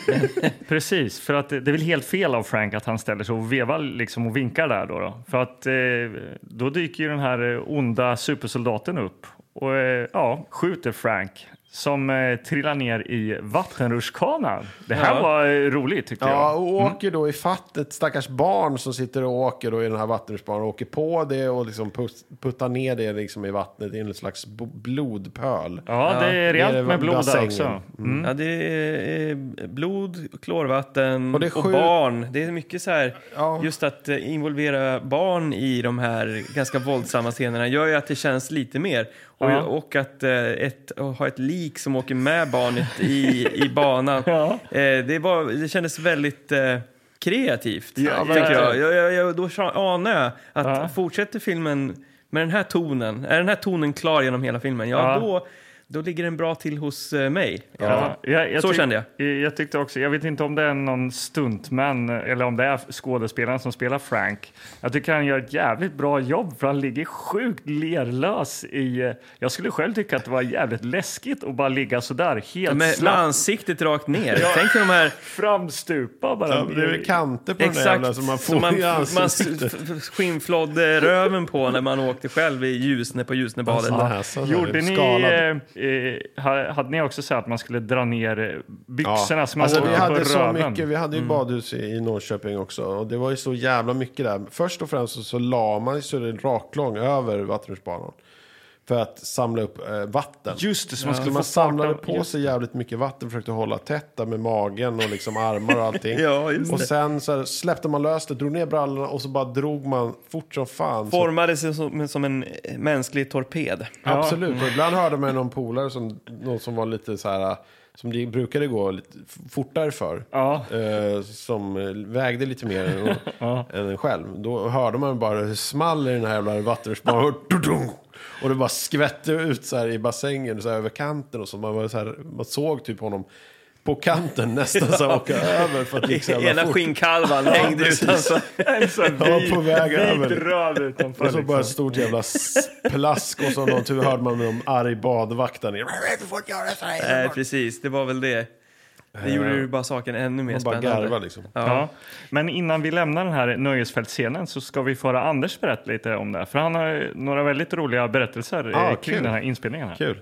precis. För att det, det är väl helt fel av Frank att han ställer sig och vevar liksom och vinkar där då. då. För att eh, då dyker ju den här eh, onda supersoldaten upp och eh, ja, skjuter Frank som eh, trillar ner i vattenrutschkanan. Det här Ja. var eh, roligt tyckte Ja, jag. och åker då i fatt ett stackars barn som sitter och åker då i den här vattenrutschbanan och åker på det och liksom put- puttar ner det liksom i vattnet i en slags bo- blodpöl. Ja, det är Nere i rejält med blod där bassängen. också. Mm. Ja, det är eh, blod, klorvatten Och och, det är sju- barn. Det är mycket så här, Ja. just att eh, involvera barn i de här ganska våldsamma scenerna gör ju att det känns lite mer. Och, Ja. och att eh, ett, och ha ett lik som åker med barnet i, i banan. Ja. Eh, det, var, det kändes väldigt eh, kreativt, Ja, tycker verkligen. jag. Jag, jag, jag. Då anar jag att Ja. fortsätter filmen med den här tonen, är den här tonen klar genom hela filmen, ja, Ja. Då, då ligger den bra till hos eh, mig. Ja, jag, jag Så tyck- kände jag. Jag tyckte också, jag vet inte om det är någon stuntman eller om det är skådespelaren som spelar Frank. Jag tycker han gör ett jävligt bra jobb för han ligger sjukt lerlös i... Jag skulle själv tycka att det var jävligt läskigt att bara ligga så där helt Med, med slapp, ansiktet rakt ner. Tänk de här... framstupa bara. Ja, det är väl kanter på den där jävla Exakt, som man som får man, i man ansiktet. f- f- skinnflådde röven på när man åkte själv i Ljusne på Ljusnebadet. Alltså, näsan så här, Gjorde ni, skalad. eh, eh, ha- hade ni också sagt att man skulle dra ner eh, byxorna som man Alltså, åkte vi på hade så röven? mycket, vi hade ju badhus i, i Norrköping också och det var ju så jävla mycket där. Först och främst så, så la man ju så det raklång över vattenrutschbanan för att samla upp eh, vatten. Just det, så man skulle Så få man samlade fart av- på sig jävligt mycket vatten, försökte hålla tätt där med magen och liksom armar och allting. Ja, just och det. sen så här, släppte man löst det, drog ner brallorna och så bara drog man fort som fan. Så, Formade sig som, som en mänsklig torped. absolut, och ibland hörde man någon polare som, någon som var lite så här, som det brukade gå lite fortare för. Ja. Eh, som eh, vägde lite mer än, än en själv. Då hörde man bara hur det small i den här jävla vattenrutschbanan. Och det bara skvätte ut så här i bassängen så här över kanten och så man var så här, man såg typ honom på kanten nästan så här, åka över för att det gick så jävla Ena fort. skinnkalvan hängde precis. utanför. En sån Ja, vit, på väg vit över. röv utanför. Och så bara ett liksom. stort jävla plask och så någon tur hörde man med de arg badvakt där nere. Nej, precis. Det var väl det. Det gjorde ju bara saken ännu mer Man bara spännande. garva liksom. Ja. Men innan vi lämnar den här nöjesfältscenen så ska vi föra Anders berätta lite om det. För han har ju några väldigt roliga berättelser Ah, eh, kring kul. den här inspelningen. Här. Kul.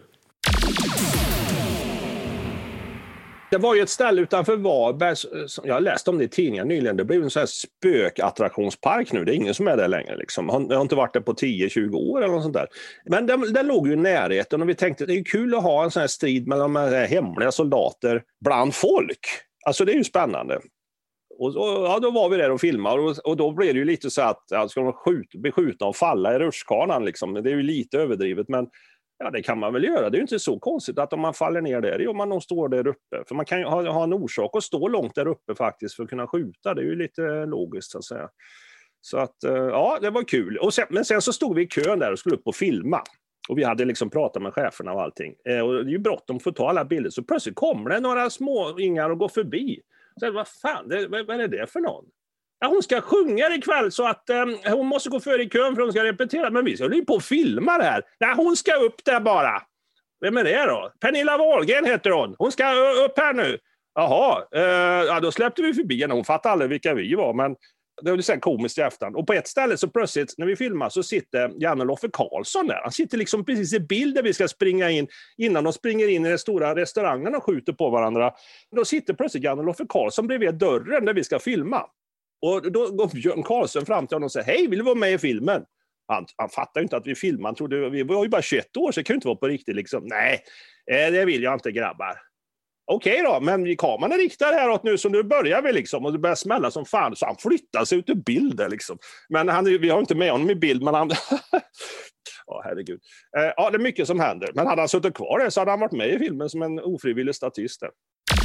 Det var ju ett ställe utanför Varberg, som jag har läst om det i tidningen nyligen. Det blev en sån här spökattraktionspark nu. Det är ingen som är där längre. Liksom. Jag har inte varit där på tio tjugo år eller något sånt där. Men den, den låg ju i närheten och vi tänkte att det är kul att ha en sån här strid mellan de här hemliga soldater bland folk. Alltså det är ju spännande. Och, och ja, då var vi där och filmade och, och då blev det ju lite så att ja, ska de skjut, bli skjutna och falla i rutschkanan liksom. Det är ju lite överdrivet, men ja, det kan man väl göra. Det är ju inte så konstigt att om man faller ner där, jo, man nog står där uppe. För man kan ju ha, ha en orsak att stå långt där uppe faktiskt för att kunna skjuta. Det är ju lite logiskt så att säga. Så att ja, det var kul. Och sen, men sen så stod vi i kön där och skulle upp och filma. Och vi hade liksom pratat med cheferna och allting. Eh, och det är ju bråttom för att ta alla bilder. Så plötsligt kommer det några små ingar och går förbi. Så jag, vad fan, det, vad, vad är det för någon? Ja, hon ska sjunga ikväll så att eh, hon måste gå före i kön för hon ska repetera. Men vi ska ju på och filma det här. Nej, hon ska upp där bara. Vem är det då? Pernilla Wahlgren heter hon. Hon ska upp här nu. Jaha, eh, ja, då släppte vi förbi henne. Hon fattade aldrig vilka vi var, men det var så komiskt i efterhand. Och på ett ställe så plötsligt när vi filmar så sitter Janne Loffe Karlsson där. Han sitter liksom precis i bild där vi ska springa in. Innan de springer in i den stora restaurangen och skjuter på varandra. Då sitter plötsligt Janne Loffe Karlsson bredvid dörren där vi ska filma. Och då går Björn Karlsson fram till honom och säger: hej, vill du vara med i filmen? Han, han fattar ju inte att vi filmar. Han trodde, vi var ju bara tjugoett år så det kan ju inte vara på riktigt liksom. Nej, det vill jag inte, grabbar. Okej då, men kameran är riktad häråt nu så nu börjar vi liksom och det börjar smälla som fan så han flyttar sig ut ur bilden liksom. Men han, vi har inte med honom i bild, men han... Ja, herregud. Eh, ja, det är mycket som händer. Men hade han suttit kvar där så hade han varit med i filmen som en ofrivillig statist där.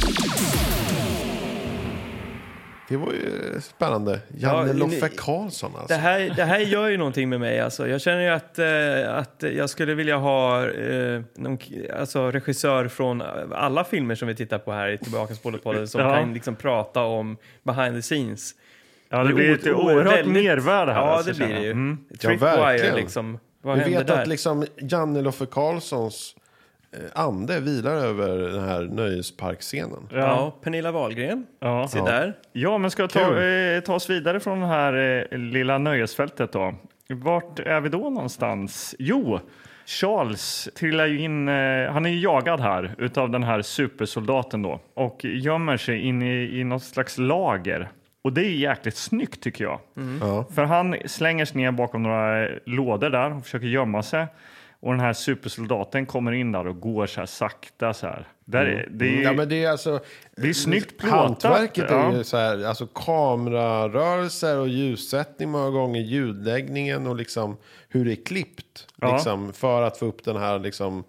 Det var ju spännande. Janne ja, Loffe Karlsson alltså. Det här, det här gör ju någonting med mig alltså. Jag känner ju att, eh, att jag skulle vilja ha eh, någon alltså, regissör från alla filmer som vi tittar på här i Tillbaka Spoilerpodden som ja. kan liksom prata om behind the scenes. Ja, det blir ett oerhört väldigt... mervärde här. Ja, alltså, det blir det ju. Mm. Tripwire ja, liksom. Vad vi vet där? att liksom Janne Loffe Karlssons ande vilar över den här nöjesparkscenen. Ja, ja, Pernilla Wahlgren. Ja. Se där. Ja, men ska ta, eh, ta oss vidare från det här eh, lilla nöjesfältet då. Vart är vi då någonstans? Jo, Charles trillar ju in, eh, han är ju jagad här utav den här supersoldaten då. Och gömmer sig in i, i något slags lager. Och det är jäkligt snyggt tycker jag. Mm. Ja. För han slänger sig ner bakom några lådor där och försöker gömma sig. Och den här supersoldaten kommer in där och går så här sakta så här. Där är, det är ju, ja, men det är alltså det är snyggt plåtat. Hantverket är ja. ju så här, alltså kamerarörelser och ljussättning många gånger, ljudläggningen och liksom hur det är klippt ja. liksom, för att få upp den här liksom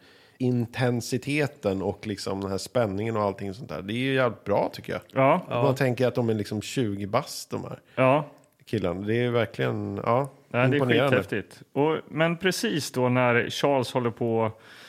intensiteten och liksom den här spänningen och allting sånt där. Det är ju jävligt bra tycker jag. Ja. Man ja. tänker att de är liksom tjugo bast de här ja. killarna. Det är verkligen ja, ja, det imponerande. är skithäftigt. Och, men precis då när Charles håller på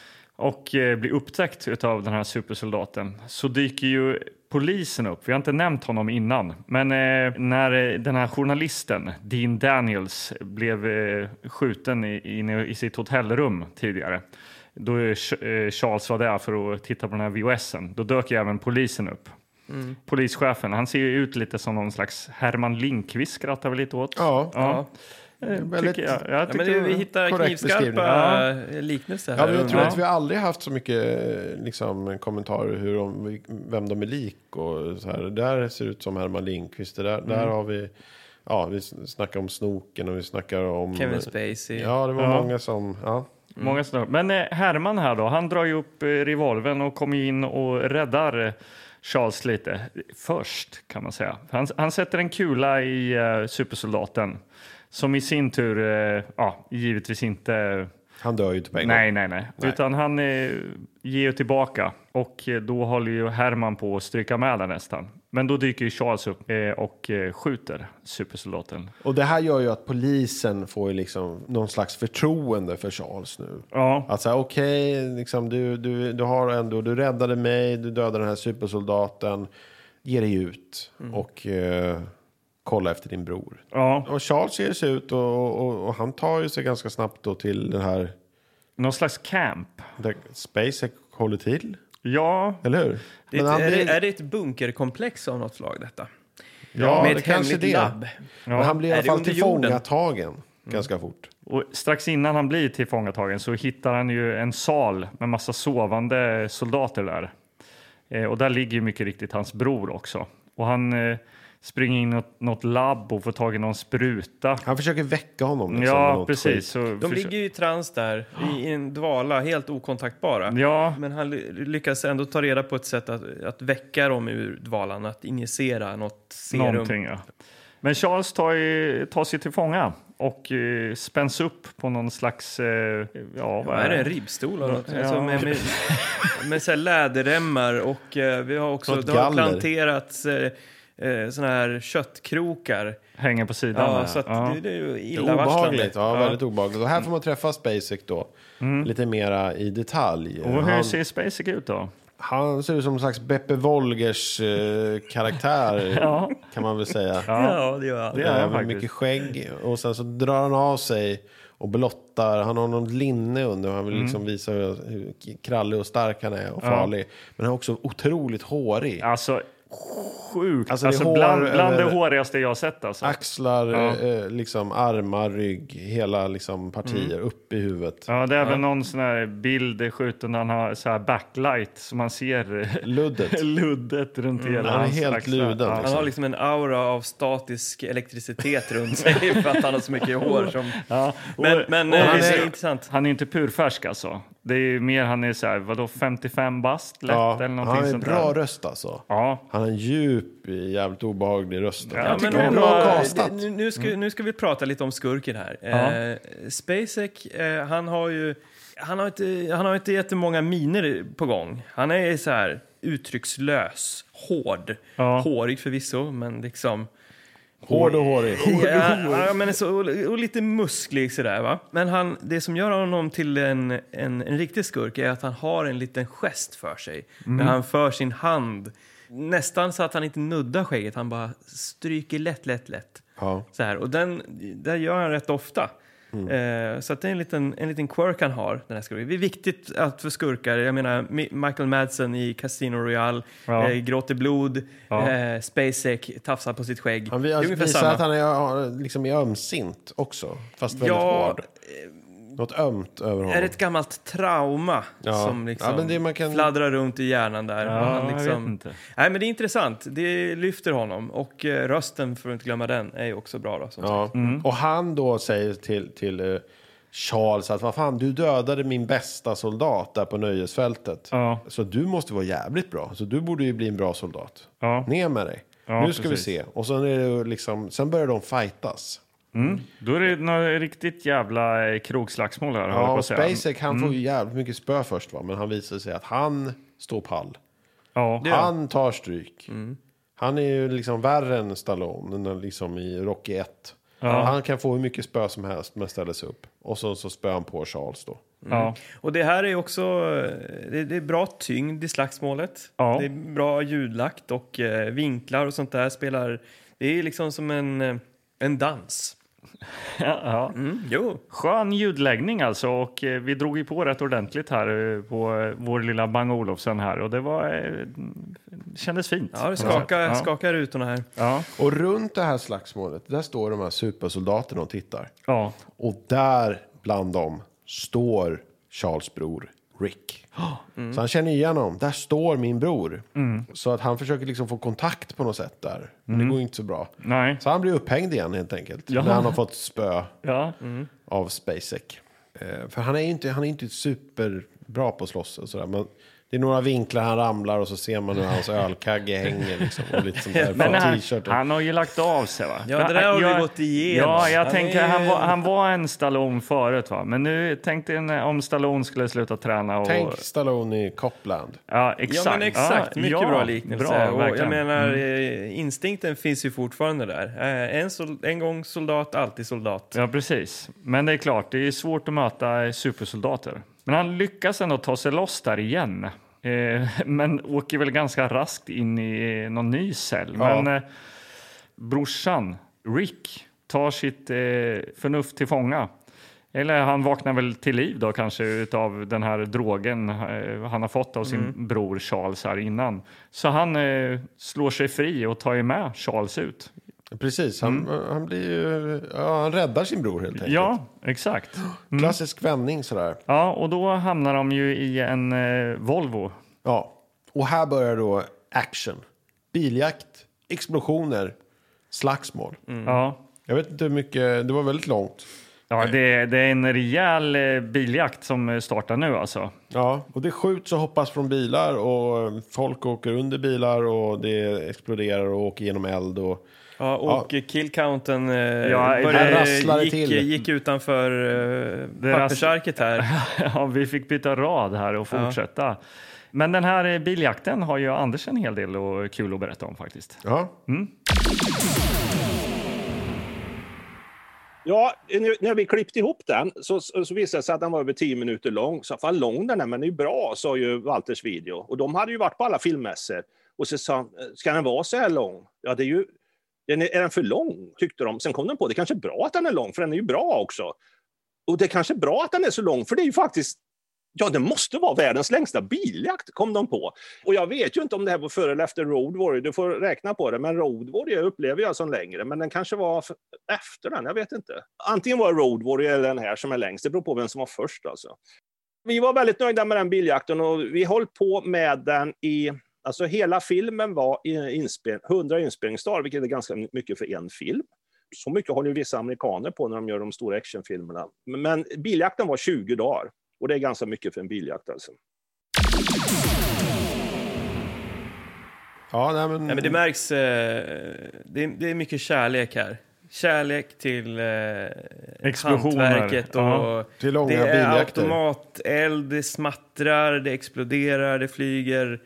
och eh, blir upptäckt av den här supersoldaten så dyker ju polisen upp. Vi har inte nämnt honom innan. Men eh, när den här journalisten, Dean Daniels, blev eh, skjuten inne i, i sitt hotellrum tidigare. Då eh, Charles var där för att titta på den här V H S:en. Då dök ju även polisen upp. Mm. Polischefen, han ser ju ut lite som någon slags Herman Lindqvist, skrattar vi lite åt. Ja, ja. ja. Väldigt, jag. Jag ja, men det, vi hittar knivskarpa ja. liknelser här. Ja, men jag tror ja. att vi aldrig haft så mycket liksom, kommentarer hur de, vem de är lik och så här. Det där ser ut som Herman Lindqvist. Det där, mm. där har vi, ja, vi snackar om Snoken och vi snackar om Kevin Spacey. Ja, det var ja. många som, ja. Mm. Många som, men eh, Herman här då, han drar ju upp eh, revolven och kommer in och räddar eh, Charles lite först kan man säga. Han, han sätter en kula i eh, supersoldaten. Som i sin tur, eh, ja, givetvis inte... Han dör ju inte på en gång. Nej, nej, nej. nej. Utan han eh, ger ju tillbaka. Och eh, då håller ju Herman på att stryka med den nästan. Men då dyker ju Charles upp eh, och eh, skjuter supersoldaten. Och det här gör ju att polisen får ju liksom någon slags förtroende för Charles nu. Ja. Att säga, okej, okay, liksom, du, du, du har ändå, du räddade mig, du dödade den här supersoldaten. Ge dig ut. Mm. Och... Eh, kolla efter din bror. Ja. Och Charles ser sig ut och, och, och han tar ju sig ganska snabbt då till den här... Någon slags camp. Där SpaceX håller till. Ja. Eller hur? Det är, ett, är, det, är det ett bunkerkomplex av något slag detta? Ja, med det ett kanske det. labb. Ja. Men han blir i alla fall tillfångatagen mm. ganska fort. Och strax innan han blir tillfångatagen så hittar han ju en sal med massa sovande soldater där. Eh, och där ligger ju mycket riktigt hans bror också. Och han... Eh, springer in i något, något labb och får tag i någon spruta. Han försöker väcka honom. Liksom, med Ja, något precis. skit. Så De försö- ligger ju i trans där, i, i en dvala, helt okontaktbara. Ja, Men han ly- lyckas ändå ta reda på ett sätt att, att väcka dem ur dvalan, att injicera något serum. någonting, ja. Men Charles tar, ju, tar sig till fånga och uh, spänns upp på någon slags... Uh, ja, vad Är det en ribbstol eller något? Ja. Alltså med, med, med så här läderremmar och eh, vi har också Något det har galler. planterats eh, eh, såna här köttkrokar. Hänger på sidan. Ja, där. så att ja. det, det är ju Det är illavarslande. obehagligt, ja, väldigt obehagligt. Och här får man träffa Spacek då, lite mera i detalj. Och hur han, ser Spacek ut då? han ser ut som en slags Beppe Wolgers eh, karaktär, Ja. kan man väl säga. Ja, det gör han. Det Det är är han faktiskt. mycket skägg och sen så drar han av sig och blottar. Han har någon linne under och han vill liksom visa hur, hur krallig och stark han är och farlig. Men han är också otroligt hårig. Alltså, sjukt. Alltså, Alltså, det är hår bland, bland det över- hårigaste jag har sett. Alltså. Axlar, Ja. eh, liksom armar, rygg, hela liksom partier upp i huvudet. Ja, det är även någon sån här bild skjuten där han har så här backlight så man ser Luddet. luddet runt hela han är hans helt axlar. luden, Ja. Han har liksom en aura av statisk elektricitet runt sig för att han har så mycket hår. Som... Ja. Och, Men, men och eh, han det är- är intressant. han är ju inte purfärsk alltså. Det är ju mer han är så här, vadå, femtiofem bast lätt Ja, eller någonting han har en sånt bra där. röst alltså. Ja, Han har en djup, jävligt obehaglig röst. Ja, Jag tycker men det är hon bra var- castat. Nu, nu, ska, nu ska vi prata lite om skurken här. Ja. Eh, Spacek, eh, han har ju... Han har, inte, han har inte jättemånga miner på gång. Han är så här uttryckslös, hård. Ja. Hårig förvisso, men liksom... Hård och hårig. Ja, ja, men så, och, och lite musklig sådär va. Men han, det som gör honom till en, en, en riktig skurk är att han har en liten gest för sig. När han för sin hand, nästan så att han inte nuddar skägget, han bara stryker lätt, lätt, lätt. Ja. Så här. Och den, det gör han rätt ofta. Eh, så att det är en liten, en liten quirk han har, den här skurken. Det är viktigt att för skurkar, jag menar Mi- Michael Madsen i Casino Royale, Ja. eh, gråter blod, Ja. eh, Spacek tafsar på sitt skägg. Han Det är ungefär visar samma. att han är, liksom är ömsint också, fast väldigt Ja, hård. Något ömt över honom. är det ett gammalt trauma Ja. som liksom Ja, men det man kan- fladdrar runt i hjärnan där? Ja, Och han jag liksom... vet inte. Nej, men det är intressant. Det lyfter honom. Och eh, rösten, för att inte glömma den, är ju också bra då. Som sagt. Ja. Och han då säger till, till eh, Charles att vad fan, du dödade min bästa soldat där på nöjesfältet. Ja. Så du måste vara jävligt bra. Så du borde ju bli en bra soldat. ja. Ner med dig. Ja, nu ska precis. vi se. Och sen, är det liksom, sen börjar de fightas. Mm. Då är det något riktigt jävla eh, krogslagsmål här. höll jag Ja, på och att säga. Spacek han får ju jävligt mycket spö först va. Men han visar sig att han står pall. Ja. Det gör han. Han tar stryk. Han är ju liksom värre än Stallone än liksom i Rocky ett. Ja. Han kan få hur mycket spö som helst men ställer sig upp. Och så, så spör han på Charles då. Ja. Och det här är också det, det är bra tyngd i slagsmålet. Ja. Det är bra ljudlagt och eh, vinklar och sånt där spelar. Det är liksom som en, eh, en dans. Ja, ja. Mm, jo. Skön ljudläggning alltså, och eh, vi drog ju på rätt ordentligt här eh, på eh, vår lilla Bang Olufsen här, och det var eh, kändes fint. Ja, det skakar, ja. skakar rutorna här. Ja. Och runt det här slagsmålet, där står de här supersoldaterna och tittar. Ja. Och där bland dem står Charles bror Rick. Så han känner igen honom. Där står min bror. Så att han försöker liksom få kontakt på något sätt där. Men det går inte så bra. Nej. Så han blir upphängd igen helt enkelt. Ja. När han har fått spö Ja. av Spacek. Eh, för han är ju inte, han är inte superbra på att slåss och sådär. Men det är några vinklar han ramlar och så ser man hur hans ölkagge hänger liksom. Och lite sånt där Men från han, t-shirten. han har ju lagt av sig, va? Ja, det där har vi jag, gått igenom. Ja, jag Han tänker är- han var, han var en Stallone förut, va? Men nu tänkte jag om Stallone skulle sluta träna och... Tänk Stallone i Copland. Ja, exakt. Ja, men exakt. Ja, Mycket ja, bra liknelse. Bra, och jag verkligen. menar, eh, instinkten finns ju fortfarande där. Eh, en, sol- en gång soldat, alltid soldat. Ja, precis. Men det är klart, det är svårt att möta supersoldater. Men han lyckas ändå ta sig loss där igen. Eh, men åker väl ganska raskt in i eh, någon ny cell. Ja. Men eh, brorsan, Rick, tar sitt eh, förnuft till fånga. Eller han vaknar väl till liv då kanske utav den här drogen eh, han har fått av sin bror Charles här innan. Så han eh, slår sig fri och tar ju med Charles ut. Precis, han, han blir ju, ja, han räddar sin bror helt enkelt. Ja, exakt. Klassisk vändning sådär. Ja, och då hamnar de ju i en eh, Volvo. Ja, och här börjar då action. Biljakt, explosioner slagsmål. Mm. Ja. Jag vet inte hur mycket, det var väldigt långt. Ja, det, det är en rejäl eh, biljakt som startar nu alltså. Ja, och det skjuts och hoppas från bilar och folk åker under bilar och det exploderar och åker genom eld. Och, Ja, och ja. killcounten eh, Ja, började, gick, till. gick utanför eh, pappersarket här. Ja, vi fick byta rad här och fortsätta. Ja. Men den här biljakten har ju Anders en hel del och kul att berätta om faktiskt. Ja. Mm. Ja, nu, när vi klippte ihop den så, så visade det sig att den var över tio minuter lång. Så fan lång den är, men den är ju bra, sa ju Walters video. Och de hade ju varit på alla filmmässor. Och så sa ska den vara så här lång? Ja, det är ju... Den är, är den för lång, tyckte de. Sen kom de på, det kanske är bra att den är lång, för den är ju bra också. Och det är kanske är bra att den är så lång, för det är ju faktiskt... Ja, det måste vara världens längsta biljakt, kom de på. Och jag vet ju inte om det här var före eller efter Road Warrior. Du får räkna på det. Men Road Warrior upplever jag som längre. Men den kanske var efter den, jag vet inte. Antingen var Road Warrior eller den här som är längst. Det beror på vem som var först alltså. Vi var väldigt nöjda med den biljakten och vi höll på med den i... Alltså hela filmen var inspel, hundra inspelningsdagar, vilket är ganska mycket för en film. Så mycket håller ju vissa amerikaner på när de gör de stora actionfilmerna. Men biljakten var tjugo dagar. Och det är ganska mycket för en biljakt alltså. Ja, nej, men... Ja, men det märks, eh, det, är, det är mycket kärlek här. Kärlek till eh, hantverket och ja, till långa det är biljakter. automateld, det smattrar, det exploderar, det flyger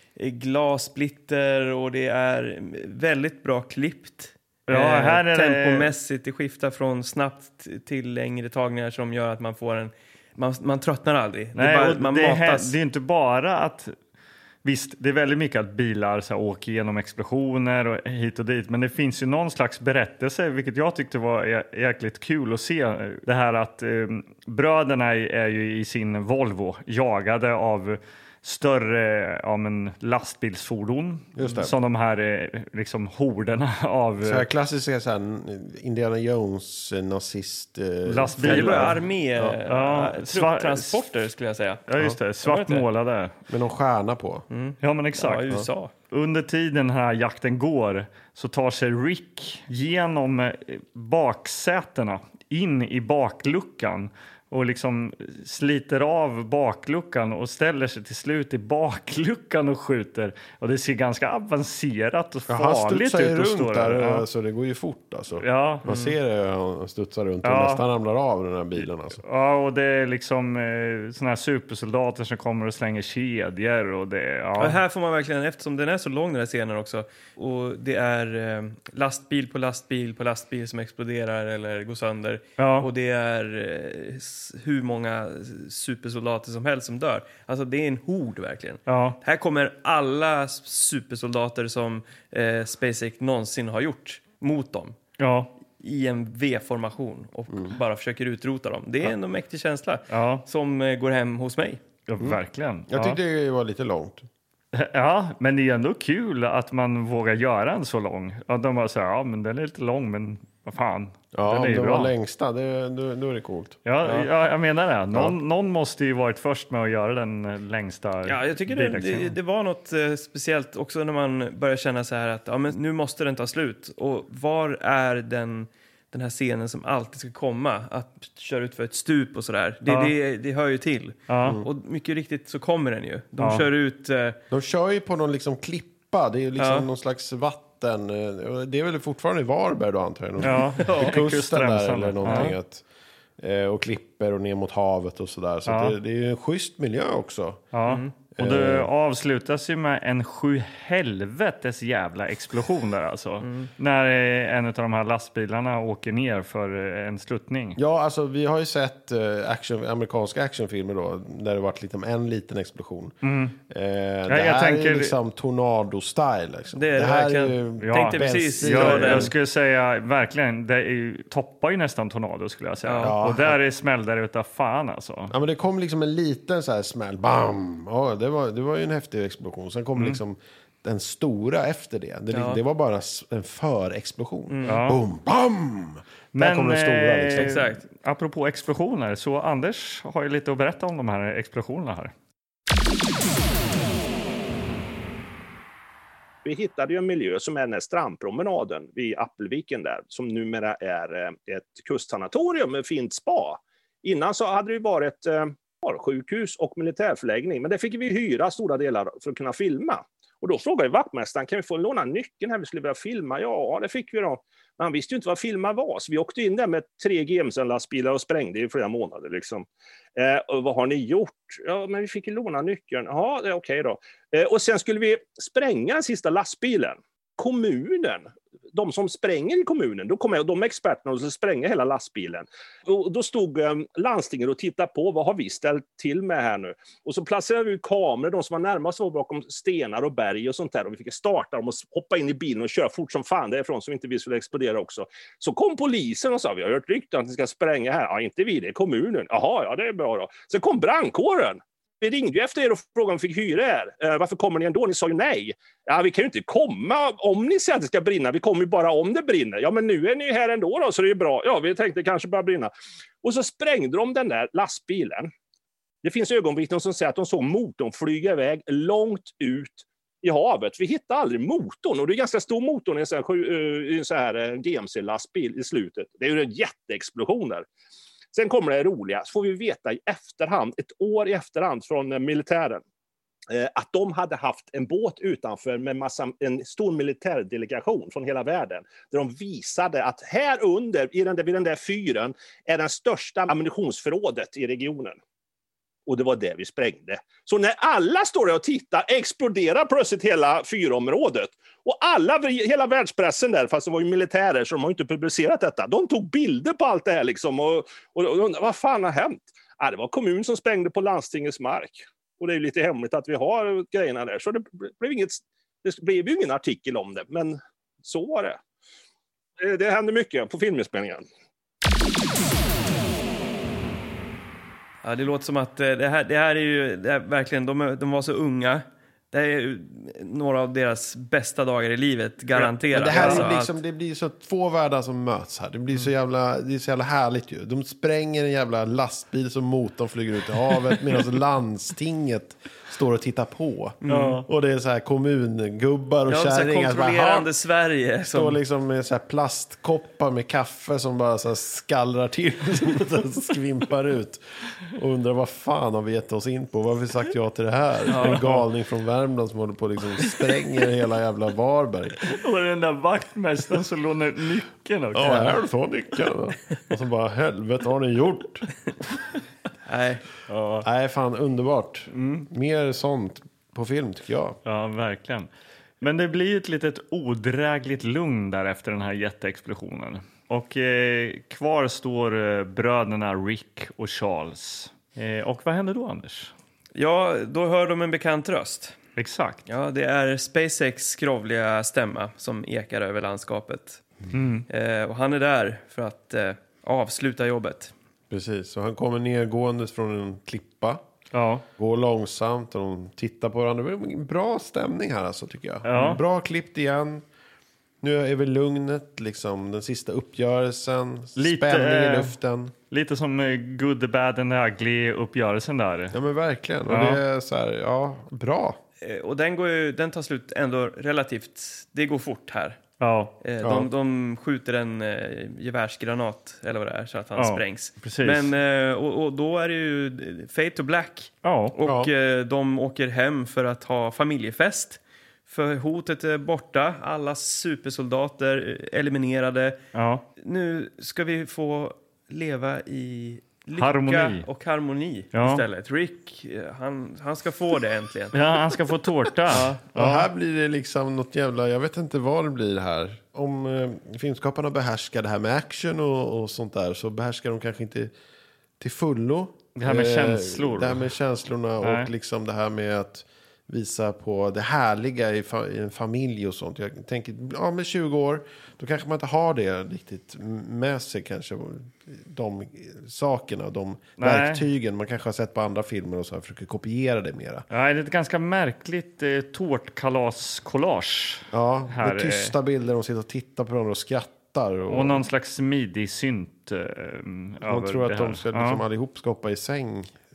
glassplitter och det är väldigt bra klippt. Ja, här är tempomässigt, det skiftar från snabbt till längre tagningar som gör att man får en man, man tröttnar aldrig. Nej, det är, bara, man det, matas. Är, det är inte bara att visst, det är väldigt mycket att bilar så här, åker igenom explosioner och hit och dit, men det finns ju någon slags berättelse, vilket jag tyckte var jäkligt kul att se. Det här att eh, bröderna är ju i sin Volvo jagade av större ja, men lastbilsfordon som de här liksom horderna av så här klassiska så här, Indiana Jones nazist eh, lastbilar, armé ja. Ja. trupptransporter skulle jag säga. Ja just det, svartmålade med någon stjärna på. Mm. Ja men exakt. Ja, U S A. Under tiden här jakten går så tar sig Rick genom baksätena in i bakluckan och liksom sliter av bakluckan och ställer sig till slut i bakluckan och skjuter. Och det ser ganska avancerat och farligt ja, ut att stå där. där. Ja. Så det går ju fort alltså. Ja. Man ser det, han studsar runt och ja. nästan ramlar av den här bilen alltså. Ja, och det är liksom eh, såna här supersoldater som kommer och slänger kedjor och det, ja. Och här får man verkligen, eftersom den är så lång den här scenen också, och det är eh, lastbil på lastbil på lastbil som exploderar eller går sönder. Ja. Och det är eh, hur många supersoldater som helst som dör. Alltså det är en hord verkligen. Ja. Här kommer alla supersoldater som eh, SpaceX någonsin har gjort mot dem. Ja. I en V-formation och mm. bara försöker utrota dem. Det är en mäktig känsla ja. som eh, går hem hos mig. Ja, mm. verkligen. Jag tyckte ja. det var lite långt. Ja, men det är ändå kul att man vågar göra en så lång. Ja, de bara säger, ja men den är lite lång, men vad fan. Ja, den är om ju det bra. var längsta, det, då, då är det coolt. Ja, ja. ja jag menar det. Någon, ja. någon måste ju varit först med att göra den längsta. Ja, jag tycker det, det, det var något eh, speciellt också när man börjar känna så här att ja, men nu måste den ta slut. Och var är den... den här scenen som alltid ska komma, att köra ut för ett stup och sådär. Det, ja. det, det hör ju till. Ja. Och mycket riktigt så kommer den ju. De ja. kör ut... Eh... De kör ju på någon liksom klippa. Det är ju liksom ja. någon slags vatten. Det är väl fortfarande i Varberg då antar jag. Ja. Vid kusten där eller någonting. Ja. Att, och klipper och ner mot havet och sådär. Så ja. det, det är ju en schysst miljö också. Ja. Mm. Och det avslutas ju med en sju helvetes jävla explosion där alltså. Mm. När en av de här lastbilarna åker ner för en sluttning. Ja, alltså vi har ju sett action, amerikanska actionfilmer då. Där det varit liksom en liten explosion. Mm. Eh, det ja, jag här tänker... är liksom tornado-style. Liksom. Det, är det, det här verkligen. är ju... Ja, tänkte precis. Jag, jag skulle säga verkligen, det är ju, toppar ju nästan tornado skulle jag säga. Ja. Och där är smäll där utav fan alltså. Ja, men det kom liksom en liten så här smäll. Bam! Ja, det var, det var ju en häftig explosion. Sen kom mm. liksom den stora efter det. Det, ja. det var bara en förexplosion. Mm. Ja. Boom, bam! Men, där kom den stora. Liksom. Exakt. Apropå explosioner, så Anders har ju lite att berätta om de här explosionerna här. Vi hittade ju en miljö som är den här strandpromenaden vid Appelviken där, som numera är ett kustsanatorium med fint spa. Innan så hade det varit eh, sjukhus och militärförläggning, men det fick vi hyra stora delar för att kunna filma. Och då frågade vaktmästaren, kan vi få låna nyckeln här, vi skulle börja filma? Ja, det fick vi då. Men han visste ju inte vad filma var, så vi åkte in där med tre G M C-lastbilar och sprängde i flera månader. Liksom. Eh, och vad har ni gjort? Ja, men vi fick ju låna nyckeln. Ja, det är okej då. Eh, och sen skulle vi spränga den sista lastbilen. Kommunen, de som spränger i kommunen, då kommer de experterna och så spränga hela lastbilen. Och då stod eh, landstinget och tittade på, vad har vi ställt till med här nu? Och så placerade vi kameror, de som var närmast var bakom stenar och berg och sånt där. Och vi fick starta dem och hoppa in i bilen och köra fort som fan därifrån så inte vi skulle explodera också. Så kom polisen och sa, vi har hört rykten att ni ska spränga här. Ja, inte vi, det är kommunen. Jaha, ja det är bra då. Sen kom brandkåren. Vi ringde ju efter er och frågade om vi fick hyra er. Eh, varför kommer ni ändå? Ni sa ju nej. Ja, vi kan ju inte komma om ni säger att det ska brinna. Vi kommer ju bara om det brinner. Ja, men nu är ni här ändå då, så det är ju bra. Ja, vi tänkte kanske bara brinna. Och så sprängde de den där lastbilen. Det finns ögonvittnen som säger att de såg motorn flyga iväg långt ut i havet. Vi hittade aldrig motorn. Och det är ganska stor motor i en sån här, en sån här G M C-lastbil i slutet. Det är ju en jätteexplosion där. Sen kommer det roliga, så får vi veta i efterhand, ett år i efterhand från militären, eh, att de hade haft en båt utanför med massa, en stor militärdelegation från hela världen. Där de visade att här under, i den där, vid den där fyren, är den största ammunitionsförrådet i regionen. Och det var det vi sprängde. Så när alla står där och tittar exploderar plötsligt hela fyrområdet. Och alla, hela världspressen där, fast det var ju militärer så de har inte publicerat detta. De tog bilder på allt det här liksom. Och, och, och vad fan har hänt? Ja, det var kommun som sprängde på landstingets mark. Och det är ju lite hemligt att vi har grejerna där. Så det blev, inget, det blev ju ingen artikel om det. Men så var det. Det, det hände mycket på filminspelningen. Ja, det låter som att det här, det här är ju det här, verkligen, de, de var så unga. Det är ju några av deras bästa dagar i livet, garanterat. Men det här alltså, är liksom, det blir så två världar som möts här. Det blir så jävla, det är så jävla härligt ju. De spränger en jävla lastbil som motorn flyger ut i havet medan landstinget står och tittar på. Mm. Och det är så här kommungubbar och ja, kärringar. Kontrollerande bara, Sverige. Som... Står liksom med så här plastkoppar med kaffe som bara så här skallrar till. Som skvimpar ut. Och undrar vad fan har vi gett oss in på? Vad har vi sagt ja till det här? Ja. En galning från Värmland som håller på liksom spränger hela jävla Varberg. Och den där vaktmästaren som lånar ut nyckeln också. Ja, här får nyckeln. Och så bara, helvete har ni gjort? Nej. Ja. Nej, fan underbart. Mm. Mer sånt på film tycker jag. Ja, verkligen. Men det blir ju ett litet odrägligt lugn där efter den här jätteexplosionen. Och eh, kvar står eh, bröderna Rick och Charles. Eh, och vad händer då, Anders? Ja, då hör de en bekant röst. Exakt. Ja, det är SpaceX skrovliga stämma som ekar över landskapet. Mm. Eh, och han är där för att eh, avsluta jobbet. Precis, så han kommer nergående från en klippa. Ja. Går långsamt och de tittar på varandra. Det är en bra stämning här alltså, tycker jag. Ja. Bra klippt igen. Nu är väl lugnet, liksom den sista uppgörelsen. Lite, spänning i luften. Lite som Good, the Bad and the Ugly uppgörelsen där. Ja, men verkligen. Och ja. det är så här, ja, bra. Och den, går ju, den tar slut ändå relativt, det går fort här. Ja. De, ja. de skjuter en eh, gevärsgranat eller vad det är så att han ja, sprängs. Precis. Men, eh, och, och då är det ju fade to black. Ja. Och ja. eh, de åker hem för att ha familjefest. För hotet är borta, alla supersoldater eliminerade. Ja. Nu ska vi få leva i lycka harmoni. och harmoni ja. istället. Rick, han, han ska få det äntligen. Ja, han ska få tårta. ja. Och här blir det liksom något jävla, jag vet inte vad det blir här. Om eh, filmskaparna behärskar det här med action och, och sånt där, så behärskar de kanske inte till fullo. Det här med eh, känslor. Det här med känslorna. Nej. Och liksom det här med att visa på det härliga i, fa- i en familj och sånt. Jag tänker, ja, med tjugo år, då kanske man inte har det riktigt med sig kanske. De sakerna, de Nej. verktygen. Man kanske har sett på andra filmer och så här, försöker kopiera det mera. Ja, det är ett ganska märkligt eh, tårtkalas-collage. Ja, här, med tysta bilder. De sitter och tittar på varandra och skrattar. Och, och någon slags midi-synt. Eh, man tror att de ska liksom ja. allihop ska hoppa i säng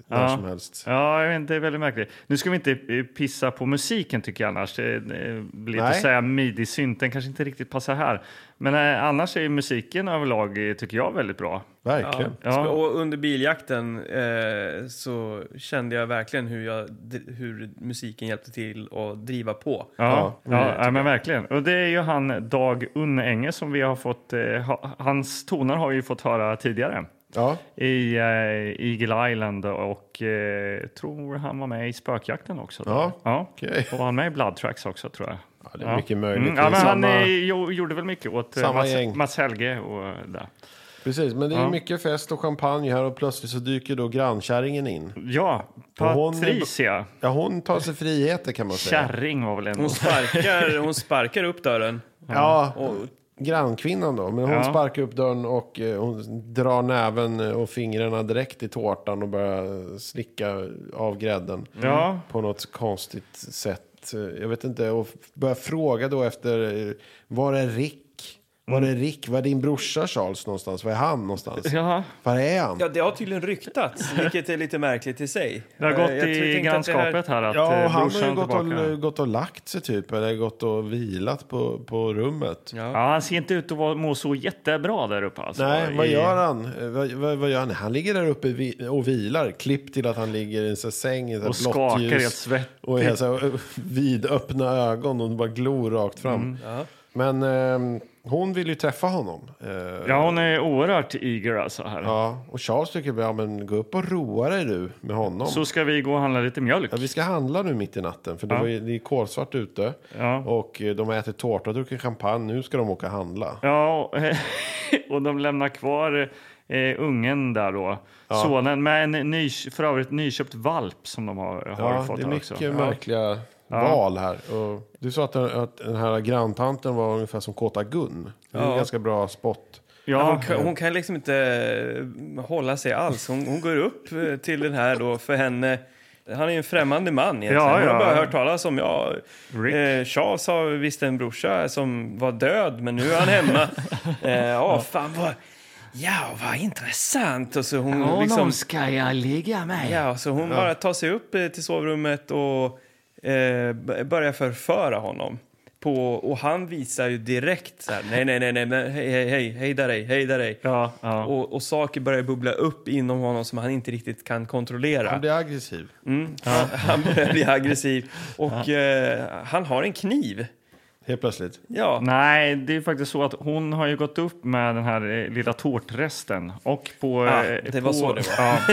när Ja. som helst. Ja, jag vet inte, det är väldigt märkligt. Nu ska vi inte eh, pissa på musiken tycker jag annars. Det, det blir lite Nej. att säga midi-synten kanske inte riktigt passar här. Men eh, annars är musiken överlag, eh, tycker jag, väldigt bra. Verkligen. Ja. Och under biljakten eh, så kände jag verkligen hur, jag, hur musiken hjälpte till att driva på. Ja, Ja, ja, ja men verkligen. Och det är ju han Dag Unnenge som vi har fått, eh, ha, hans toner har vi ju fått höra tidigare. Ja. I eh, Eagle Island och eh, tror han var med i Spökjakten också. Då. Ja, ja. okej. Och han med i Blood Tracks också tror jag. Ja, det är mycket möjligt. Mm, Det är ja, men samma, han eh, jo, gjorde väl mycket åt eh, samma Mats, gäng. Mats Helge och eh, där. Precis, men det är Ja. mycket fest och champagne här och plötsligt så dyker då grannkärringen in. Ja, Och hon är- Patricia. Ja, hon tar sig friheter kan man säga. Kärring var väl en. Hon sparkar, hon sparkar upp dörren. Ja, Och, grannkvinnan då. Men hon Ja. sparkar upp dörren och eh, hon drar näven och fingrarna direkt i tårtan och börjar slicka av grädden. Ja. På något konstigt sätt. Jag vet inte. Och börjar fråga då efter, eh, var är Rick? Var är Rick? Var är din brorsa Charles någonstans? Var är han någonstans? Ja, Var är han? ja, det har tydligen ryktats, vilket är lite märkligt i sig. det har Eh, gått jag tror- i tänkte att det här- grannskapet här att Ja, eh, och han har brorsan ju är gått tillbaka. och, gått och lagt sig typ. Eller gått och vilat på, på rummet. Ja. Ja, han ser inte ut att vara- må så jättebra där uppe. Alltså, Nej, vad I- gör han? Eh, Vad, vad, vad gör han? Han ligger där uppe vi- och vilar. Klipp till att han ligger i en sån här säng i så här Och blått skakar ljus. helt svettigt. Och är så här, vidöppna ögon och bara glor rakt fram. Mm. Ja. Men eh, hon vill ju träffa honom. Eh, Ja, hon är oerhört eager alltså här. ja, och Charles tycker ja, men gå upp och roa dig du med honom. Så ska vi gå och handla lite mjölk. Ja, vi ska handla nu mitt i natten för det, Ja. var ju, det är kolsvart ute. Ja. Och eh, de har ätit tårta och druckit champagne. Nu ska de åka och handla. Ja, och, och de lämnar kvar eh, ungen där då. Sonen med en ny, för övrigt nyköpt valp som de har, har Ja, fått det är här mycket också. märkliga val här. Och du sa att den, att den här granntanten var ungefär som Kåta Gun. Det är en Ja. ganska bra spot. Ja, Ja, hon, kan, hon kan liksom inte eh, hålla sig alls. Hon, hon går upp eh, till den här då för henne. Han är ju en främmande man egentligen. Ja, Hon har ja. bara hört talas om, ja, Rick. eh, Charles har visst en brorsa som var död, men nu är han hemma. eh, ja, fan vad, ja, vad intressant. Och så hon liksom, ska jag ligga med. ja, så hon bara tar sig upp eh, till sovrummet och eh, b- börjar förföra honom. På, och han visar ju direkt så här, nej, nej, nej, nej, nej, hej, hej, hej, hejda dig, hejda dig. Ja, ja. Och, och saker börjar bubbla upp inom honom som han inte riktigt kan kontrollera. Han blir aggressiv. Mm, han, han börjar bli aggressiv. Och eh, han har en kniv. Helt plötsligt. Ja, Nej, det är faktiskt så att hon har ju gått upp med den här eh, lilla tårtresten. Och på... Ah, eh, det var på, så det var. Ja,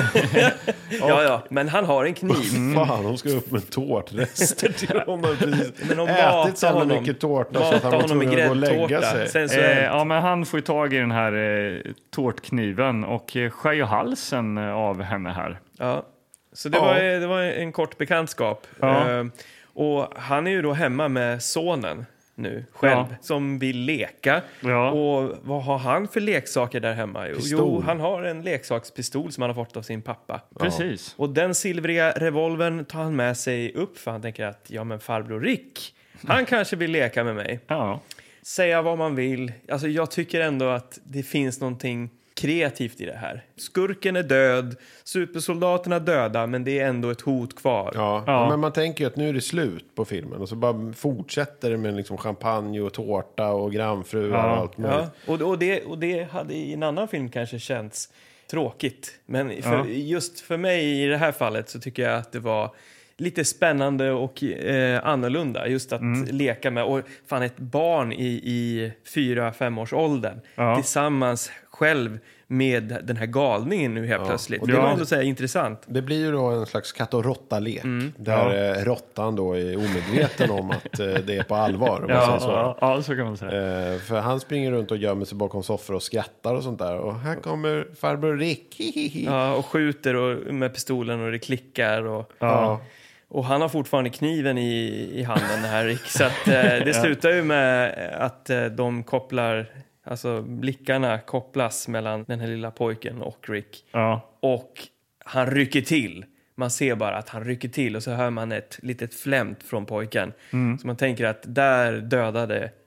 ja, ja, men han har en kniv. Mm. Fan, hon ska upp med tårtrester till honom. Har precis Men de ätit matar så jävla honom. mycket tårta så att han Mata var honom med tvungen att gå och lägga gräddtårta. sig. Sen så eh, är, ja, men han får ju tag i den här eh, tårtkniven och eh, skär ju halsen eh, av henne här. ja. Så det, Ja. var, det var en kort bekantskap. Ja. Eh, och han är ju då hemma med sonen nu själv, Ja. som vill leka. Ja. Och vad har han för leksaker där hemma? Jo, Pistol. jo, han har en leksakspistol som han har fått av sin pappa. Precis. Och den silvriga revolvern tar han med sig upp för han tänker att ja, men farbror Rick, han kanske vill leka med mig. Ja. Säga vad man vill. Alltså jag tycker ändå att det finns någonting kreativt i det här. Skurken är död, supersoldaterna är döda, men det är ändå ett hot kvar. Ja, Ja. men man tänker ju att nu är det slut på filmen. Och så bara fortsätter det med liksom champagne och tårta och grannfruar Ja. och allt möjligt. Ja, och, och, det, och det hade i en annan film kanske känts tråkigt. Men för, Ja. just för mig i det här fallet så tycker jag att det var lite spännande och eh, annorlunda. Just att Mm. leka med, och fan ett barn i, i fyra, fem års åldern Ja. tillsammans själv med den här galningen nu helt Ja. plötsligt. Och Det det- var ändå så här intressant. Det blir ju då en slags katt och råtta-lek. Mm. Där eh, råttan då är omedveten om att eh, det är på allvar. Om man säger Ja, så. ja, ja, så kan man säga. Eh, för han springer runt och gömmer sig bakom soffor och skrattar och sånt där. Och här kommer farbror Rick. Hihihi. Ja, och skjuter och, med pistolen och det klickar. Och, Ja. och han har fortfarande kniven i, i handen, här Rick. Så att, eh, det slutar ju med att eh, de kopplar, alltså blickarna kopplas mellan den här lilla pojken och Rick. Ja. Och han rycker till. Man ser bara att han rycker till och så hör man ett litet flämt från pojken. Så man tänker att där dödade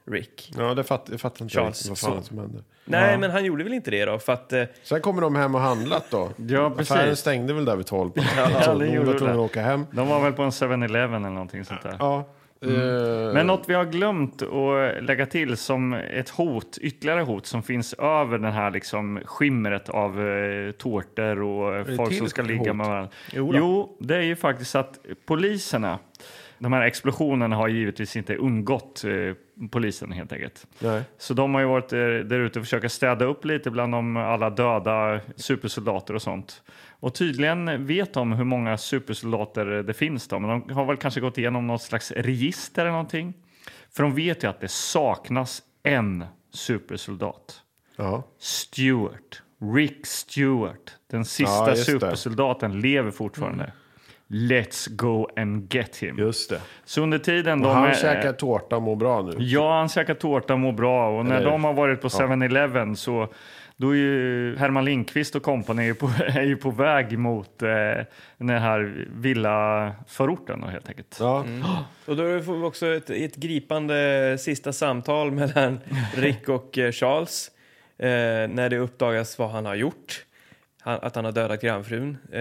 Rick. Ja, det fatt, jag fattar inte Charles, vad fan så. som hände. Nej, Ja. men han gjorde väl inte det då? För att, eh, Sen kommer de hem och handlat då. Ja, precis. Affären stängde väl där vid tolv. Ja, så det de gjorde var tvungna det. att åka hem. De var väl på en seven eleven eller någonting sånt där. Ja. Mm. Men något vi har glömt att lägga till som ett hot, ytterligare hot som finns över den här liksom skimret av eh, tårtor och folk till som ska ligga hot? med varandra. Jo då. Jo, det är ju faktiskt att poliserna, de här explosionerna har givetvis inte undgått eh, polisen helt enkelt. Nej. Så de har ju varit eh, där ute och försöka städa upp lite bland de alla döda supersoldater och sånt. Och tydligen vet de hur många supersoldater det finns då. Men de har väl kanske gått igenom något slags register eller någonting. För de vet ju att det saknas en supersoldat. Ja. Stewart. Rick Stewart. Den sista Ja, just det. supersoldaten lever fortfarande. Let's go and get him. Just det. Så under tiden Och de han är, käkar tårta och mår bra nu. Ja, han käkar tårta och mår bra. Och när Eller- de har varit på seven eleven så då är ju Herman Lindqvist och kompani är på, är ju på väg mot eh, den här villaförorten då, helt enkelt. Ja. och då får vi också ett, ett gripande sista samtal mellan Rick och eh, Charles. Eh, när det uppdagas vad han har gjort. Han, att han har dödat grannfrun. Eh,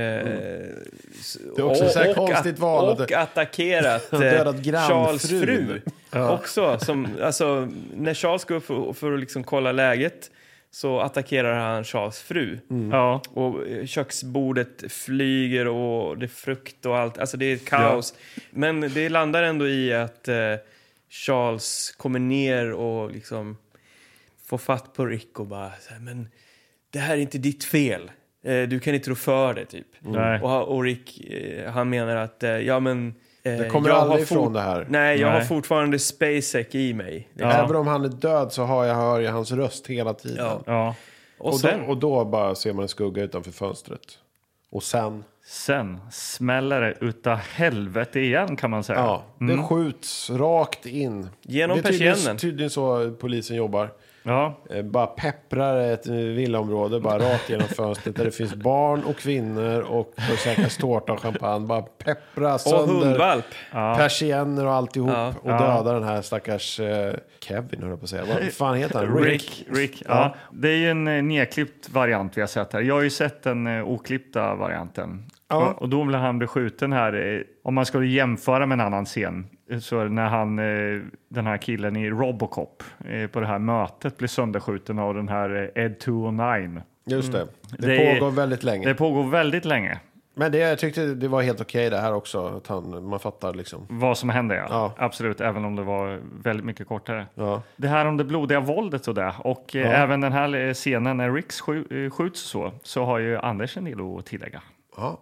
s- Det är också så här och, konstigt att- val att Och det- attackerat Han har dödat eh, grannfrun. Charles fru. Också. Som, alltså, när Charles går upp för, för att liksom kolla läget så attackerar han Charles fru. Ja. Och eh, köksbordet flyger och det är frukt och allt. Alltså det är ett kaos. Men det landar ändå i att eh, Charles kommer ner och liksom får fatt på Rick och bara så här, men det här är inte ditt fel. Eh, du kan inte rå för det typ. Nej. Och, och Rick eh, han menar att eh, ja men eh, Det kommer jag aldrig har ifrån det här. Nej, jag Nej. har fortfarande SpaceX i mig. Ja. Även om han är död så har jag, hör jag hans röst hela tiden. Ja. Ja. Och, Och, sen då, och då bara ser man en skugga utanför fönstret. Och sen, Sen smäller det utav helvete igen kan man säga. ja, det skjuts rakt in. Genom det är tydligen, persiennen. tydligen så polisen jobbar. Ja. Eh, Bara pepprar ett eh, villaområde bara rakt genom fönstret där det finns barn och kvinnor och det käkas tårta och champagne. Bara peppra och sönder hundvalp. persienner och alltihop Ja. och döda den här stackars eh, Kevin, höll jag på att säga. Vad fan heter han? Rick. Rick, Rick ja. Det är ju en eh, nedklippt variant vi har sett här. Jag har ju sett den eh, oklippta varianten. Ja. Och, och då när han blir skjuten här, eh, om man skulle jämföra med en annan scen, eh, så är det när han, eh, den här killen i Robocop eh, på det här mötet blir sönderskjuten av den här eh, Ed tvåhundranion. Just det. Det, Det är- pågår väldigt länge. Det pågår väldigt länge. Men det, jag tyckte det var helt okej det här också. Att han, man fattar liksom. Vad som hände, ja. Ja. Absolut, även om det var väldigt mycket kortare. Ja. Det här om det blodiga våldet och det. Och eh, Ja. även den här eh, scenen när Rick skj- eh, skjuts så, så har ju Anders en del att tillägga. Ja.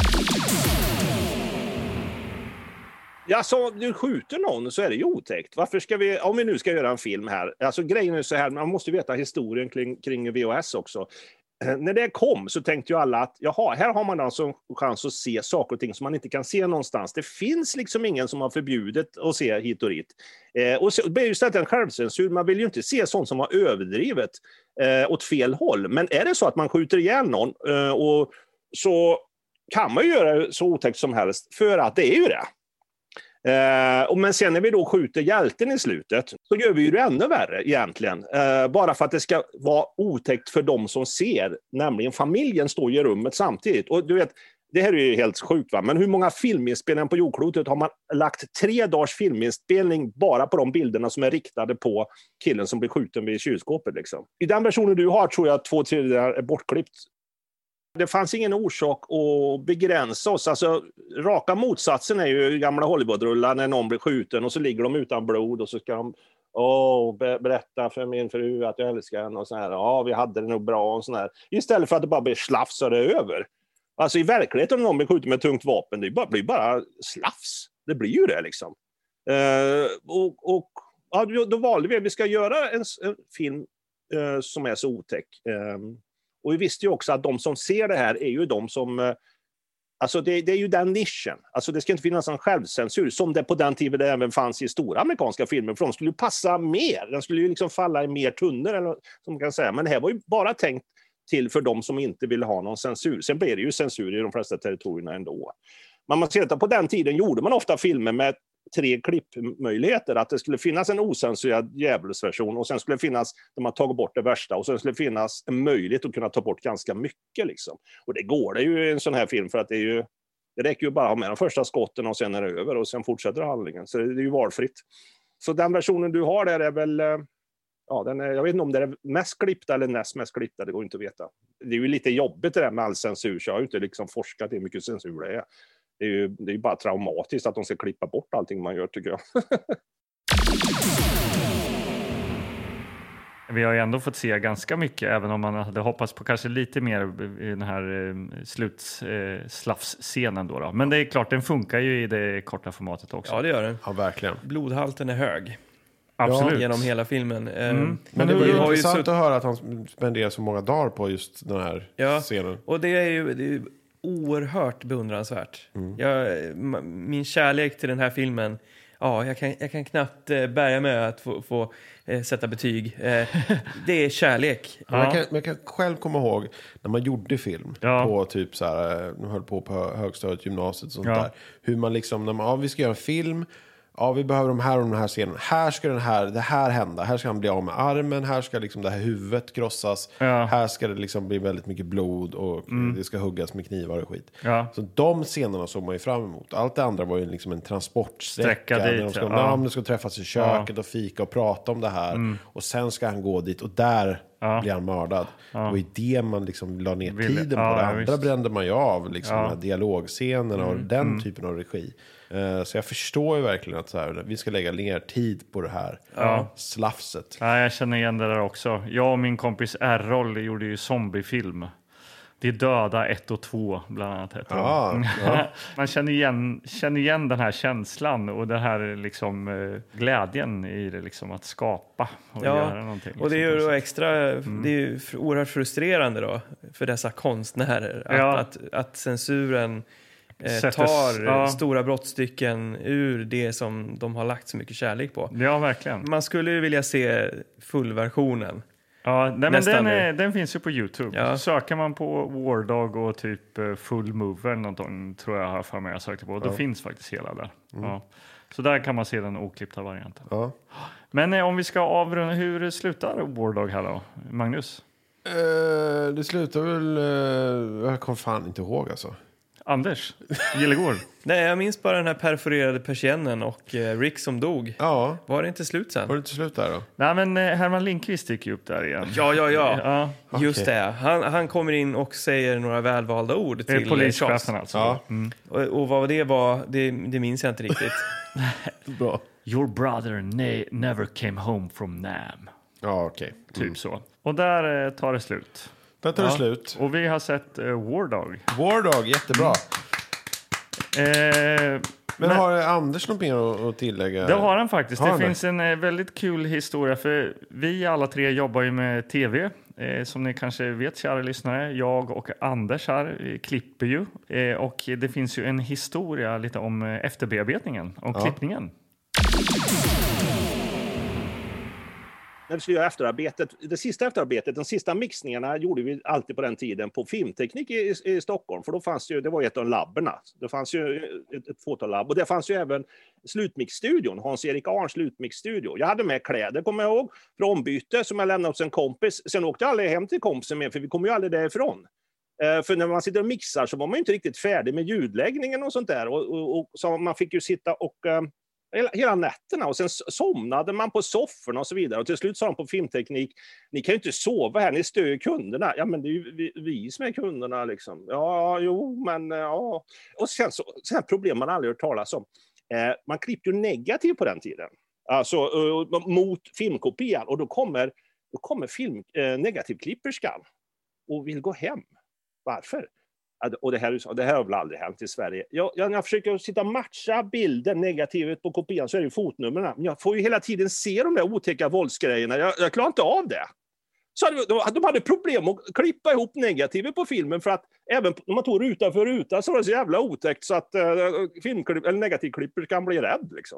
Ja, så du skjuter någon så är det ju otäckt. Varför ska vi, om vi nu ska göra en film här, alltså grejen är så här, man måste veta historien kring, kring V H S också. Eh, när det kom så tänkte ju alla att jaha, här har man alltså en chans att se saker och ting som man inte kan se någonstans. Det finns liksom ingen som har förbjudit att se hit och dit. Eh, och så, det blir ju istället en självcensur, man vill ju inte se sånt som var överdrivet eh, åt fel håll. Men är det så att man skjuter ihjäl någon eh, och så kan man ju göra det så otäckt som helst för att det är ju det. Eh, och men sen när vi då skjuter hjälten i slutet så gör vi ju det ännu värre egentligen. Eh, bara för att det ska vara otäckt för de som ser, nämligen familjen står i rummet samtidigt. Och du vet, det här är ju helt sjukt va, men hur många filminspelningar på jordklotet har man lagt tre dagars filminspelning bara på de bilderna som är riktade på killen som blir skjuten vid kylskåpet liksom. I den versionen du har tror jag att två tredjedelar är bortklippt. Det fanns ingen orsak att begränsa oss. Alltså, raka motsatsen är ju gamla Hollywoodrullar när någon blir skjuten och så ligger de utan blod och så ska de åh, be- berätta för min fru att jag älskar henne och så här. Ja, vi hade det nog bra och så här. Istället för att det bara blir slafs och det är över. Alltså i verkligheten om någon blir skjuten med tungt vapen, det bara, blir bara slafs. Det blir ju det liksom. Uh, och och ja, då, då valde vi att vi ska göra en, en film uh, som är så otäck. Um, Och vi visste ju också att de som ser det här är ju de som... Alltså det, det är ju den nischen. Alltså det ska inte finnas en självcensur som det på den tiden det även fanns i stora amerikanska filmer. För de skulle ju passa mer. Den skulle ju liksom falla i mer tunnor, eller som man kan säga. Men det här var ju bara tänkt till för de som inte ville ha någon censur. Sen blir det ju censur i de flesta territorierna ändå. Men man ser att på den tiden gjorde man ofta filmer med tre klippmöjligheter. Att det skulle finnas en osensurerad djävulsversion och sen skulle det finnas där man tagit bort det värsta och sen skulle det finnas en möjlighet att kunna ta bort ganska mycket. Liksom. Och det går det ju i en sån här film för att det är ju det räcker ju bara att ha med de första skotten och sen är det över och sen fortsätter handlingen. Så det är ju valfritt. Så den versionen du har där är väl... Ja, den är, jag vet inte om det är mest klippta eller näst mest klippta, det går inte att veta. Det är ju lite jobbigt det där med all censur, så jag har ju inte liksom forskat i hur mycket censur det är. Det är ju det är ju bara traumatiskt att de ska klippa bort allting man gör, tycker jag. Vi har ju ändå fått se ganska mycket, även om man hade hoppats på kanske lite mer i den här eh, slutslafsscenen. Då, då. Men det är klart, den funkar ju i det korta formatet också. Ja, det gör den. Ja, verkligen. Blodhalten är hög. Absolut. Genom hela filmen. Mm. Men, Men det var ju har ju intressant så- att höra att han spenderar så många dagar på just den här Ja. scenen. Och det är ju, det är ju oerhört beundransvärt. Jag, m- min kärlek till den här filmen, ja, jag kan, jag kan knappt eh, bärga med att få, få eh, sätta betyg. Eh, det är kärlek. Men jag, kan, men jag kan själv komma ihåg när man gjorde film Ja. på typ så här, de höll på på högstadiet, gymnasiet och sånt Ja. där. Hur man liksom, när man, ja, vi ska göra en film, ja, vi behöver de här och den här scenen. Här ska den här, det här hända. Här ska han bli av med armen. Här ska liksom det här huvudet krossas. Ja. Här ska det liksom bli väldigt mycket blod och det ska huggas med knivar och skit. Ja. Så de scenerna såg man ju fram emot. Allt det andra var ju liksom en transportsträcka. Sträcka dit, där de ska, ja. ja. de ska träffas i köket och fika och prata om det här. Och sen ska han gå dit och där Ja. blir han mördad. Ja. Och i det man liksom la ner Ville- tiden ja, på det. ja, Andra visst. brände man ju av liksom Ja. de här dialogscenerna och den typen av regi. Eh, Så jag förstår ju verkligen att så här, vi ska lägga ner tid på det här slafset. Ja, jag känner igen det där också. Jag och min kompis R-roll gjorde ju zombiefilm. Det är döda ett och två bland annat heter Ja, de. ja. Man känner igen, känner igen den här känslan och den här liksom, eh, glädjen i det liksom, att skapa och Ja, göra någonting. Och det är ju liksom, då på något extra, det är ju fr- oerhört frustrerande då för dessa konstnärer att, Ja. att, att censuren eh, Sätter- tar ja. stora brottstycken ur det som de har lagt så mycket kärlek på. sätt. Ja, verkligen. Man skulle ju vilja se fullversionen. Ja, nej, men Nästan den, nu. är, den finns ju på YouTube. Ja. Söker man på War Dog och typ eh, Full Move eller någonting, tror jag har för mig jag sökte på. Då finns faktiskt hela där. Ja. Så där kan man se den oklippta varianten. Ja. Men eh, om vi ska avrunda, hur slutar War Dog här då, Magnus? Eh, det slutar väl... eh, jag kommer fan inte ihåg alltså. Anders Gillegård. Nej, jag minns bara den här perforerade persiennen och eh, Rick som dog. Ja, Var det inte slut sen? var det inte slut där då? Nej, men eh, Herman Lindqvist gick ju upp där igen. Ja, ja, ja. Ja, Just Okej. det. Han, han kommer in och säger några välvalda ord det till är eh, Charles. polischefen alltså. Ja. Mm. Och, och vad det var, det, det minns jag inte riktigt. Bra. Your brother ne- never came home from Nam. Ja, okej. Typ så. Och där eh, tar det slut. Där tar det Ja. slut. Och vi har sett eh, War Dog. War Dog, jättebra. Eh, Men har Anders något mer att- att tillägga? Det har han faktiskt. Har det han det? finns en eh, väldigt kul historia. För vi alla tre jobbar ju med tv. Eh, som ni kanske vet, kära lyssnare. Jag och Anders här eh, klipper ju. Eh, och det finns ju en historia lite om eh, efterbearbetningen. Om Ja. klippningen. När vi skulle göra efterarbetet, det sista efterarbetet, de sista mixningarna gjorde vi alltid på den tiden på Filmteknik i, i Stockholm. För då fanns ju, det var ju ett av labberna. Det fanns ju ett, ett fåtal labb. Och det fanns ju även slutmixstudion, Hans-Erik Arns slutmixstudio. Jag hade med kläder, kommer jag ihåg, för ombyte som jag lämnade hos en kompis. Sen åkte jag aldrig hem till kompisen med, för vi kom ju aldrig därifrån. Eh, för när man sitter och mixar så var man ju inte riktigt färdig med ljudläggningen och sånt där. Och, och, och så man fick ju sitta och... Eh, Hela, hela nätterna och sen somnade man på sofforna och så vidare. Och till slut sa de på Filmteknik, ni kan ju inte sova här, ni stör ju kunderna. Ja, men det är ju vi, vi som är kunderna liksom. Ja, jo, men ja. Och sen så, sen problem man aldrig hört talas om. Eh, man klippte ju negativt på den tiden. Alltså uh, mot filmkopian. Och då kommer, då kommer film, eh, negativklipperskan och vill gå hem. Varför? Och det här, det här har väl aldrig hänt i Sverige. Jag, jag, när jag försöker sitta och matcha bilden negativet på kopian så är det ju fotnumren. Men jag får ju hela tiden se de där otäcka våldsgrejerna. Jag, jag klarar inte av det. Så de, de hade problem att klippa ihop negativet på filmen för att även när man tog ruta för ruta så var det så jävla otäckt så att uh, filmklipp, eller negativklipper kan bli rädd liksom.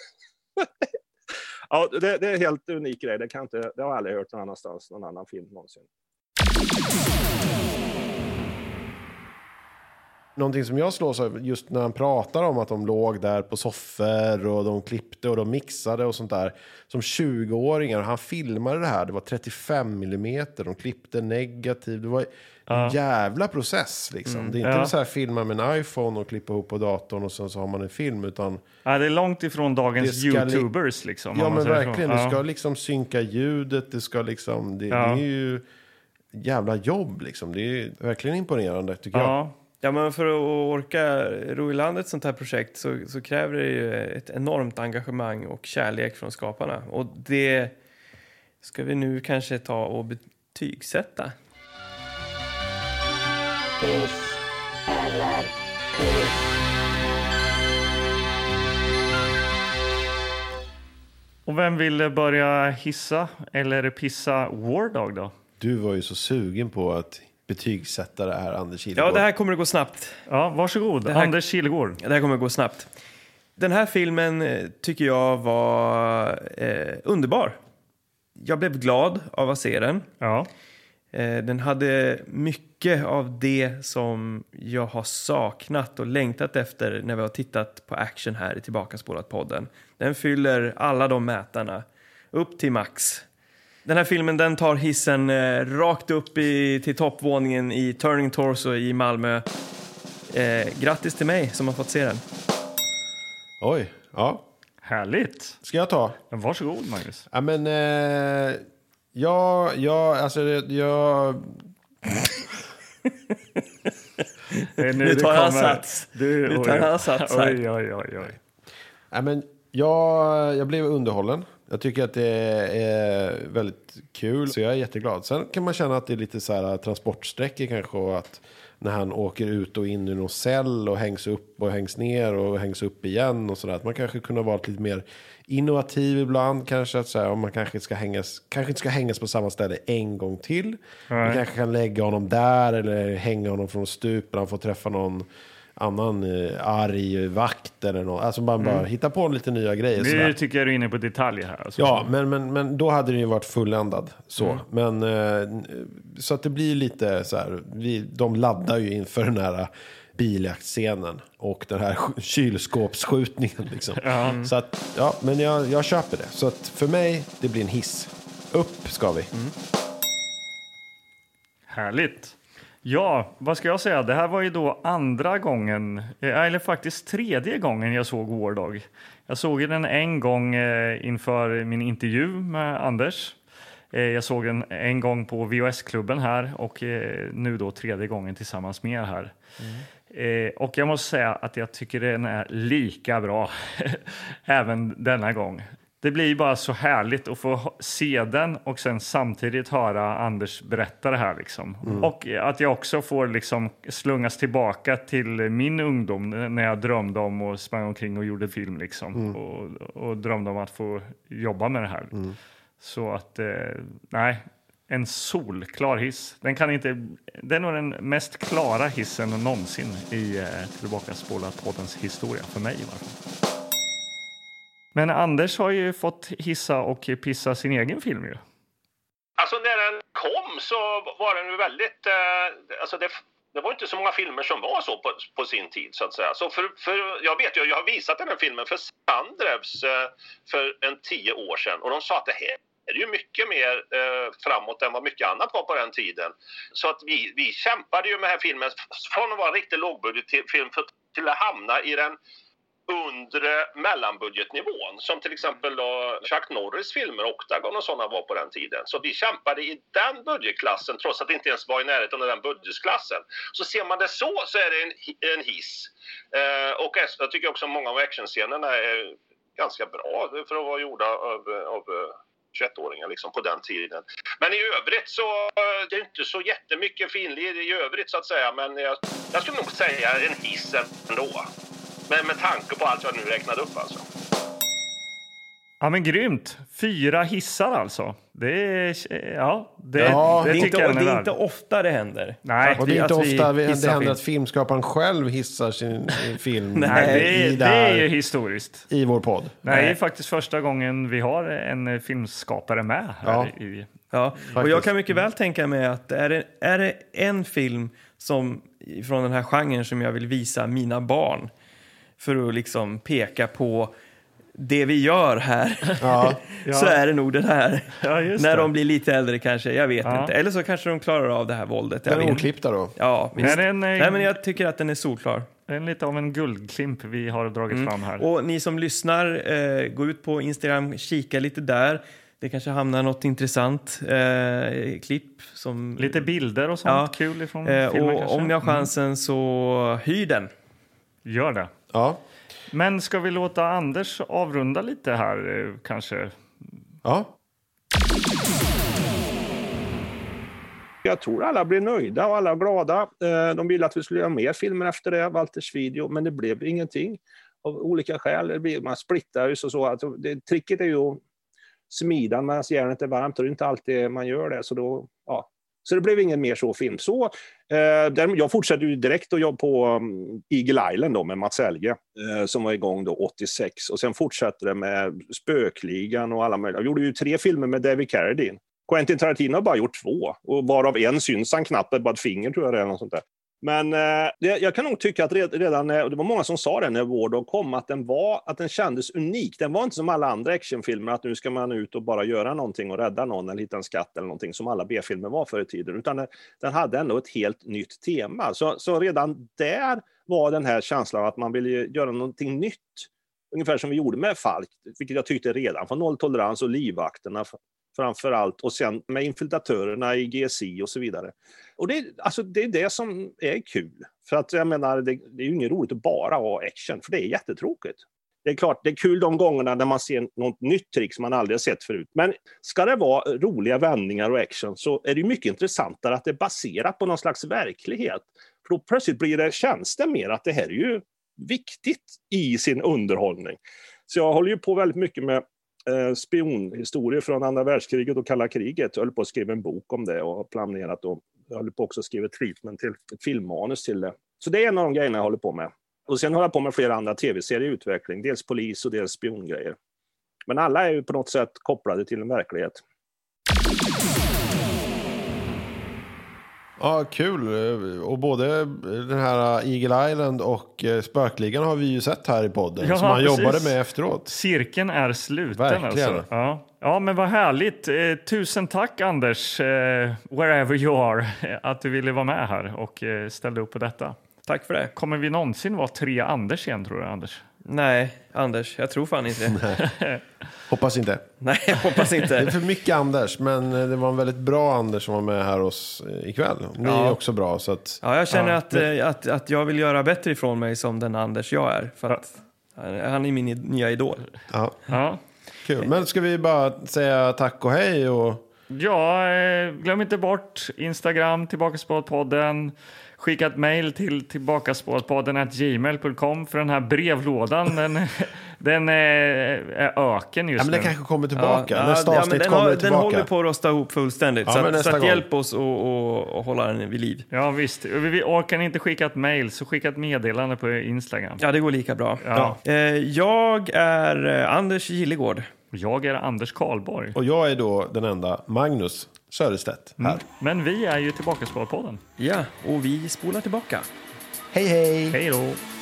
Ja, det, det är helt unik grej. Det, kan inte, det har jag aldrig hört någon annanstans, någon annan film någonsin. Någonting som jag slås av just när han pratar om att de låg där på soffor och de klippte och de mixade och sånt där. Som tjugo-åringar. Han filmade det här. Det var trettiofem millimeter. De klippte negativ. Det var en Ja. jävla process liksom. Mm. Det är inte Ja. så här filma med en iPhone och klippa ihop på datorn och sen så har man en film. Utan Ja, det är långt ifrån dagens Det ska li- YouTubers liksom. ja om man men säger så. verkligen. Ja. Du ska liksom synka ljudet. Det ska liksom... Det, Ja. det är ju jävla jobb liksom. Det är verkligen imponerande tycker jag. Ja. Ja, men för att orka ro i land ett sånt här projekt så, så kräver det ju ett enormt engagemang och kärlek från skaparna. Och det ska vi nu kanske ta och betygsätta. Och vem vill börja hissa eller pissa War Dog då? Du var ju så sugen på att betygsätta det här, Anders Kilegård. Ja, det här kommer att gå snabbt. Ja, varsågod. Det här- Anders Kilegård. Det här kommer att gå snabbt. Den här filmen eh, tycker jag var eh, underbar. Jag blev glad av att se den. Ja. Eh, den hade mycket av det som jag har saknat och längtat efter när vi har tittat på action här i Tillbakaspolat-podden. Den fyller alla de mätarna upp till max. Den här filmen den tar hissen eh, rakt upp i, till toppvåningen i Turning Torso i Malmö. Eh, grattis till mig som har fått se den. Oj, ja. Härligt. Ska jag ta? Ja, varsågod, Magnus. Ja, men... Eh, ja, ja, alltså jag... Det är Nu det tar jag kommer. sats. Du, Nu oj, tar jag sats här. Oj, oj, oj, oj. Ja, men jag, jag blev underhållen. Jag tycker att det är väldigt kul, så jag är jätteglad. Sen kan man känna att det är lite så här transportsträckor kanske, och att när han åker ut och in ur någon cell och hängs upp och hängs ner och hängs upp igen och sådär. Att man kanske kunde ha varit lite mer innovativ ibland kanske, att så här, om man kanske ska hängas, kanske inte ska hängas på samma ställe en gång till. Nej. Man kanske kan lägga honom där eller hänga honom från stup, han får träffa någon annan eh, arg vakt eller något. Alltså man bara hittar på lite nya grejer. Nu sådär. tycker jag du är inne på detaljer här. Alltså. Ja, men, men, men då hade det ju varit fulländad. Så. Mm. Men, eh, så att det blir lite så här. Vi, de laddar ju inför den här biljaktscenen och den här sk- kylskåpsskjutningen. Liksom. Ja. Så att, ja, men jag, jag köper det. Så att för mig, det blir en hiss. Upp ska vi. Mm. Härligt. Ja, vad ska jag säga? Det här var ju då andra gången, eh, eller faktiskt tredje gången jag såg War Dog. Jag såg den en gång eh, inför min intervju med Anders. Eh, jag såg den en gång på V H S-klubben här och eh, nu då tredje gången tillsammans med er här. Eh, och jag måste säga att jag tycker den är lika bra även denna gång. Det blir bara så härligt att få se den och sen samtidigt höra Anders berätta det här. Liksom. Mm. Och att jag också får liksom slungas tillbaka till min ungdom när jag drömde om och sprang omkring och gjorde film. Liksom. Mm. Och, och drömde om att få jobba med det här. Mm. Så att, eh, nej, en solklar hiss. Den, kan inte, det är nog den mest klara hissen någonsin i eh, Tillbakaspolat-poddens historia, för mig i alla fall. Men Anders har ju fått hissa och pissa sin egen film ju. Alltså när den kom så var den ju väldigt... Eh, alltså det, det var inte så många filmer som var så på, på sin tid så att säga. Så för, för, jag vet ju, jag har visat den här filmen för Sandrevs eh, för en tio år sedan. Och de sa att det här är ju mycket mer eh, framåt än vad mycket annat var på den tiden. Så att vi, vi kämpade ju med den här filmen från att vara en riktigt lågbudgetfilm för, till att hamna i den undre mellanbudgetnivån, som till exempel då Chuck Norris filmer, Octagon och sådana var på den tiden. Så vi kämpade i den budgetklassen trots att det inte ens var i närheten av den budgetklassen. Så ser man det så så är det en, en hiss. Eh, och jag tycker också många av actionscenerna är ganska bra för att vara gjorda av, av tjugoett-åringar liksom på den tiden. Men i övrigt så det är inte så jättemycket finlir i övrigt så att säga, men jag, jag skulle nog säga en hiss ändå. Men med tanke på allt jag nu räknade upp alltså. Ja men grymt. Fyra hissar alltså. Det är, ja, det, Ja, det, Det är, tycker inte, jag det är är inte ofta det händer. Nej. Att Och det vi- är inte att vi ofta vi, det hissar händer film. att filmskaparen själv hissar sin sin film. Nej, Nej, det, i, är, där, det är ju historiskt. i vår podd. Nej, det är Nej. faktiskt första gången vi har en filmskapare med här. Ja. I, Ja, och jag kan mycket väl tänka mig att är det, är det en film som från den här genren som jag vill visa mina barn. För att liksom peka på det vi gör här. Ja. Så är det nog den här. Ja, just När det. de blir lite äldre kanske, jag vet Ja. inte. Eller så kanske de klarar av det här våldet. Jag Den är vet. oklippta då. Ja, visst. Nej, den är- Nej, men jag tycker att den är solklar. En lite av en guldklimp vi har dragit fram här. Och ni som lyssnar, eh, gå ut på Instagram, kika lite där. Det kanske hamnar något intressant eh, klipp. Som, Lite bilder och sånt Ja. kul ifrån eh, filmen och kanske. om ni har chansen så hyr den. Mm. Gör det. Ja. Men ska vi låta Anders avrunda lite här eh, kanske? Ja. Jag tror alla blir nöjda och alla är glada. Eh, De ville att vi skulle göra mer filmer efter det, Walters video, men det blev ingenting av olika skäl. Det blir, man splittar ju så. så att det, tricket är ju att smida medan järnet är varmt, och det är inte alltid man gör det. Så, då, ja. så det blev ingen mer så film. Så, eh, där, jag fortsatte ju direkt att jobba på um, Eagle Island då, med Mats Helge, eh, som var igång då åttiosex. Och sen fortsatte det med Spökligan och alla möjliga. Jag gjorde ju tre filmer med David Carradine. Quentin Tarantino har bara gjort två, och varav en syns han knappt, bara ett finger tror jag det är, något sånt där. Men eh, det, jag kan nog tycka att redan, och det var många som sa det när War Dog kom, att den, var, att den kändes unik. Den var inte som alla andra actionfilmer, att nu ska man ut och bara göra någonting och rädda någon eller hitta en skatt eller någonting som alla B-filmer var förr i tiden. Utan den, den hade ändå ett helt nytt tema. Så, så redan där var den här känslan att man ville göra någonting nytt. Ungefär som vi gjorde med Falk, vilket jag tyckte redan från Nolltolerans och Livvakterna framför allt, och sen med infiltratörerna i G S I och så vidare. Och det, alltså, det är det som är kul. För att jag menar, det, det är ju inget roligt att bara ha action, för det är jättetråkigt. Det är klart, det är kul de gångerna när man ser något nytt trick som man aldrig har sett förut. Men ska det vara roliga vändningar och action, så är det ju mycket intressantare att det är baserat på någon slags verklighet. För då plötsligt blir det, känns det mer att det här är ju viktigt i sin underhållning. Så jag håller ju på väldigt mycket med eh, spionhistorier från andra världskriget och kalla kriget. Jag höll på att skriva en bok om det och har planerat, och jag håller på också att skriva ett treatment till ett filmmanus till det. Så det är en av de grejerna jag håller på med. Och sen håller jag på med flera andra tv-serier i utveckling. Dels polis och dels spiongrejer. Men alla är ju på något sätt kopplade till en verklighet. Ja, kul. Och både den här Eagle Island och Spökligan har vi ju sett här i podden. Ja, som man precis. jobbade med efteråt. Cirkeln är sluten. Verkligen. Alltså. Ja. ja, men vad härligt. Eh, tusen tack Anders, eh, wherever you are, att du ville vara med här och eh, ställde upp på detta. Tack för det. Kommer vi någonsin vara tre Anders igen, tror du, Anders? Nej, Anders, jag tror fan inte det. Hoppas inte. Nej, jag hoppas Det är inte. för mycket Anders, men det var en väldigt bra Anders som var med här hos ikväll. Ni Ja. är också bra, så att... Ja, jag känner Ja. att, eh, att, att jag vill göra bättre ifrån mig som den Anders jag är. För att han är min i- nya idol. Ja, Ja. kul. Men ska vi bara säga tack och hej och... Ja, eh, glöm inte bort Instagram, Tillbakaspårpodden. Skicka ett mejl till tillbakaspårpodden at gmail dot com, för den här brevlådan, den, den är, är öken just Ja, men nu. det kanske kommer tillbaka. Ja, Nästa ja, men avsnitt den, kommer har, det den tillbaka. håller på att rosta ihop fullständigt. Ja, så men att, så nästa att gång. hjälp oss och, och, och hålla den vid liv. Ja, visst. Vi vi orkar inte skicka ett mejl, så skicka ett meddelande på Instagram. Ja, det går lika bra. Ja. Eh, jag är eh, Anders Gillegård. Jag är Anders Karlborg. Och jag är då den enda Magnus Söderstedt här. Men vi är ju Tillbakaspårpodden. Ja, och vi spolar tillbaka. Hej hej! Hej då!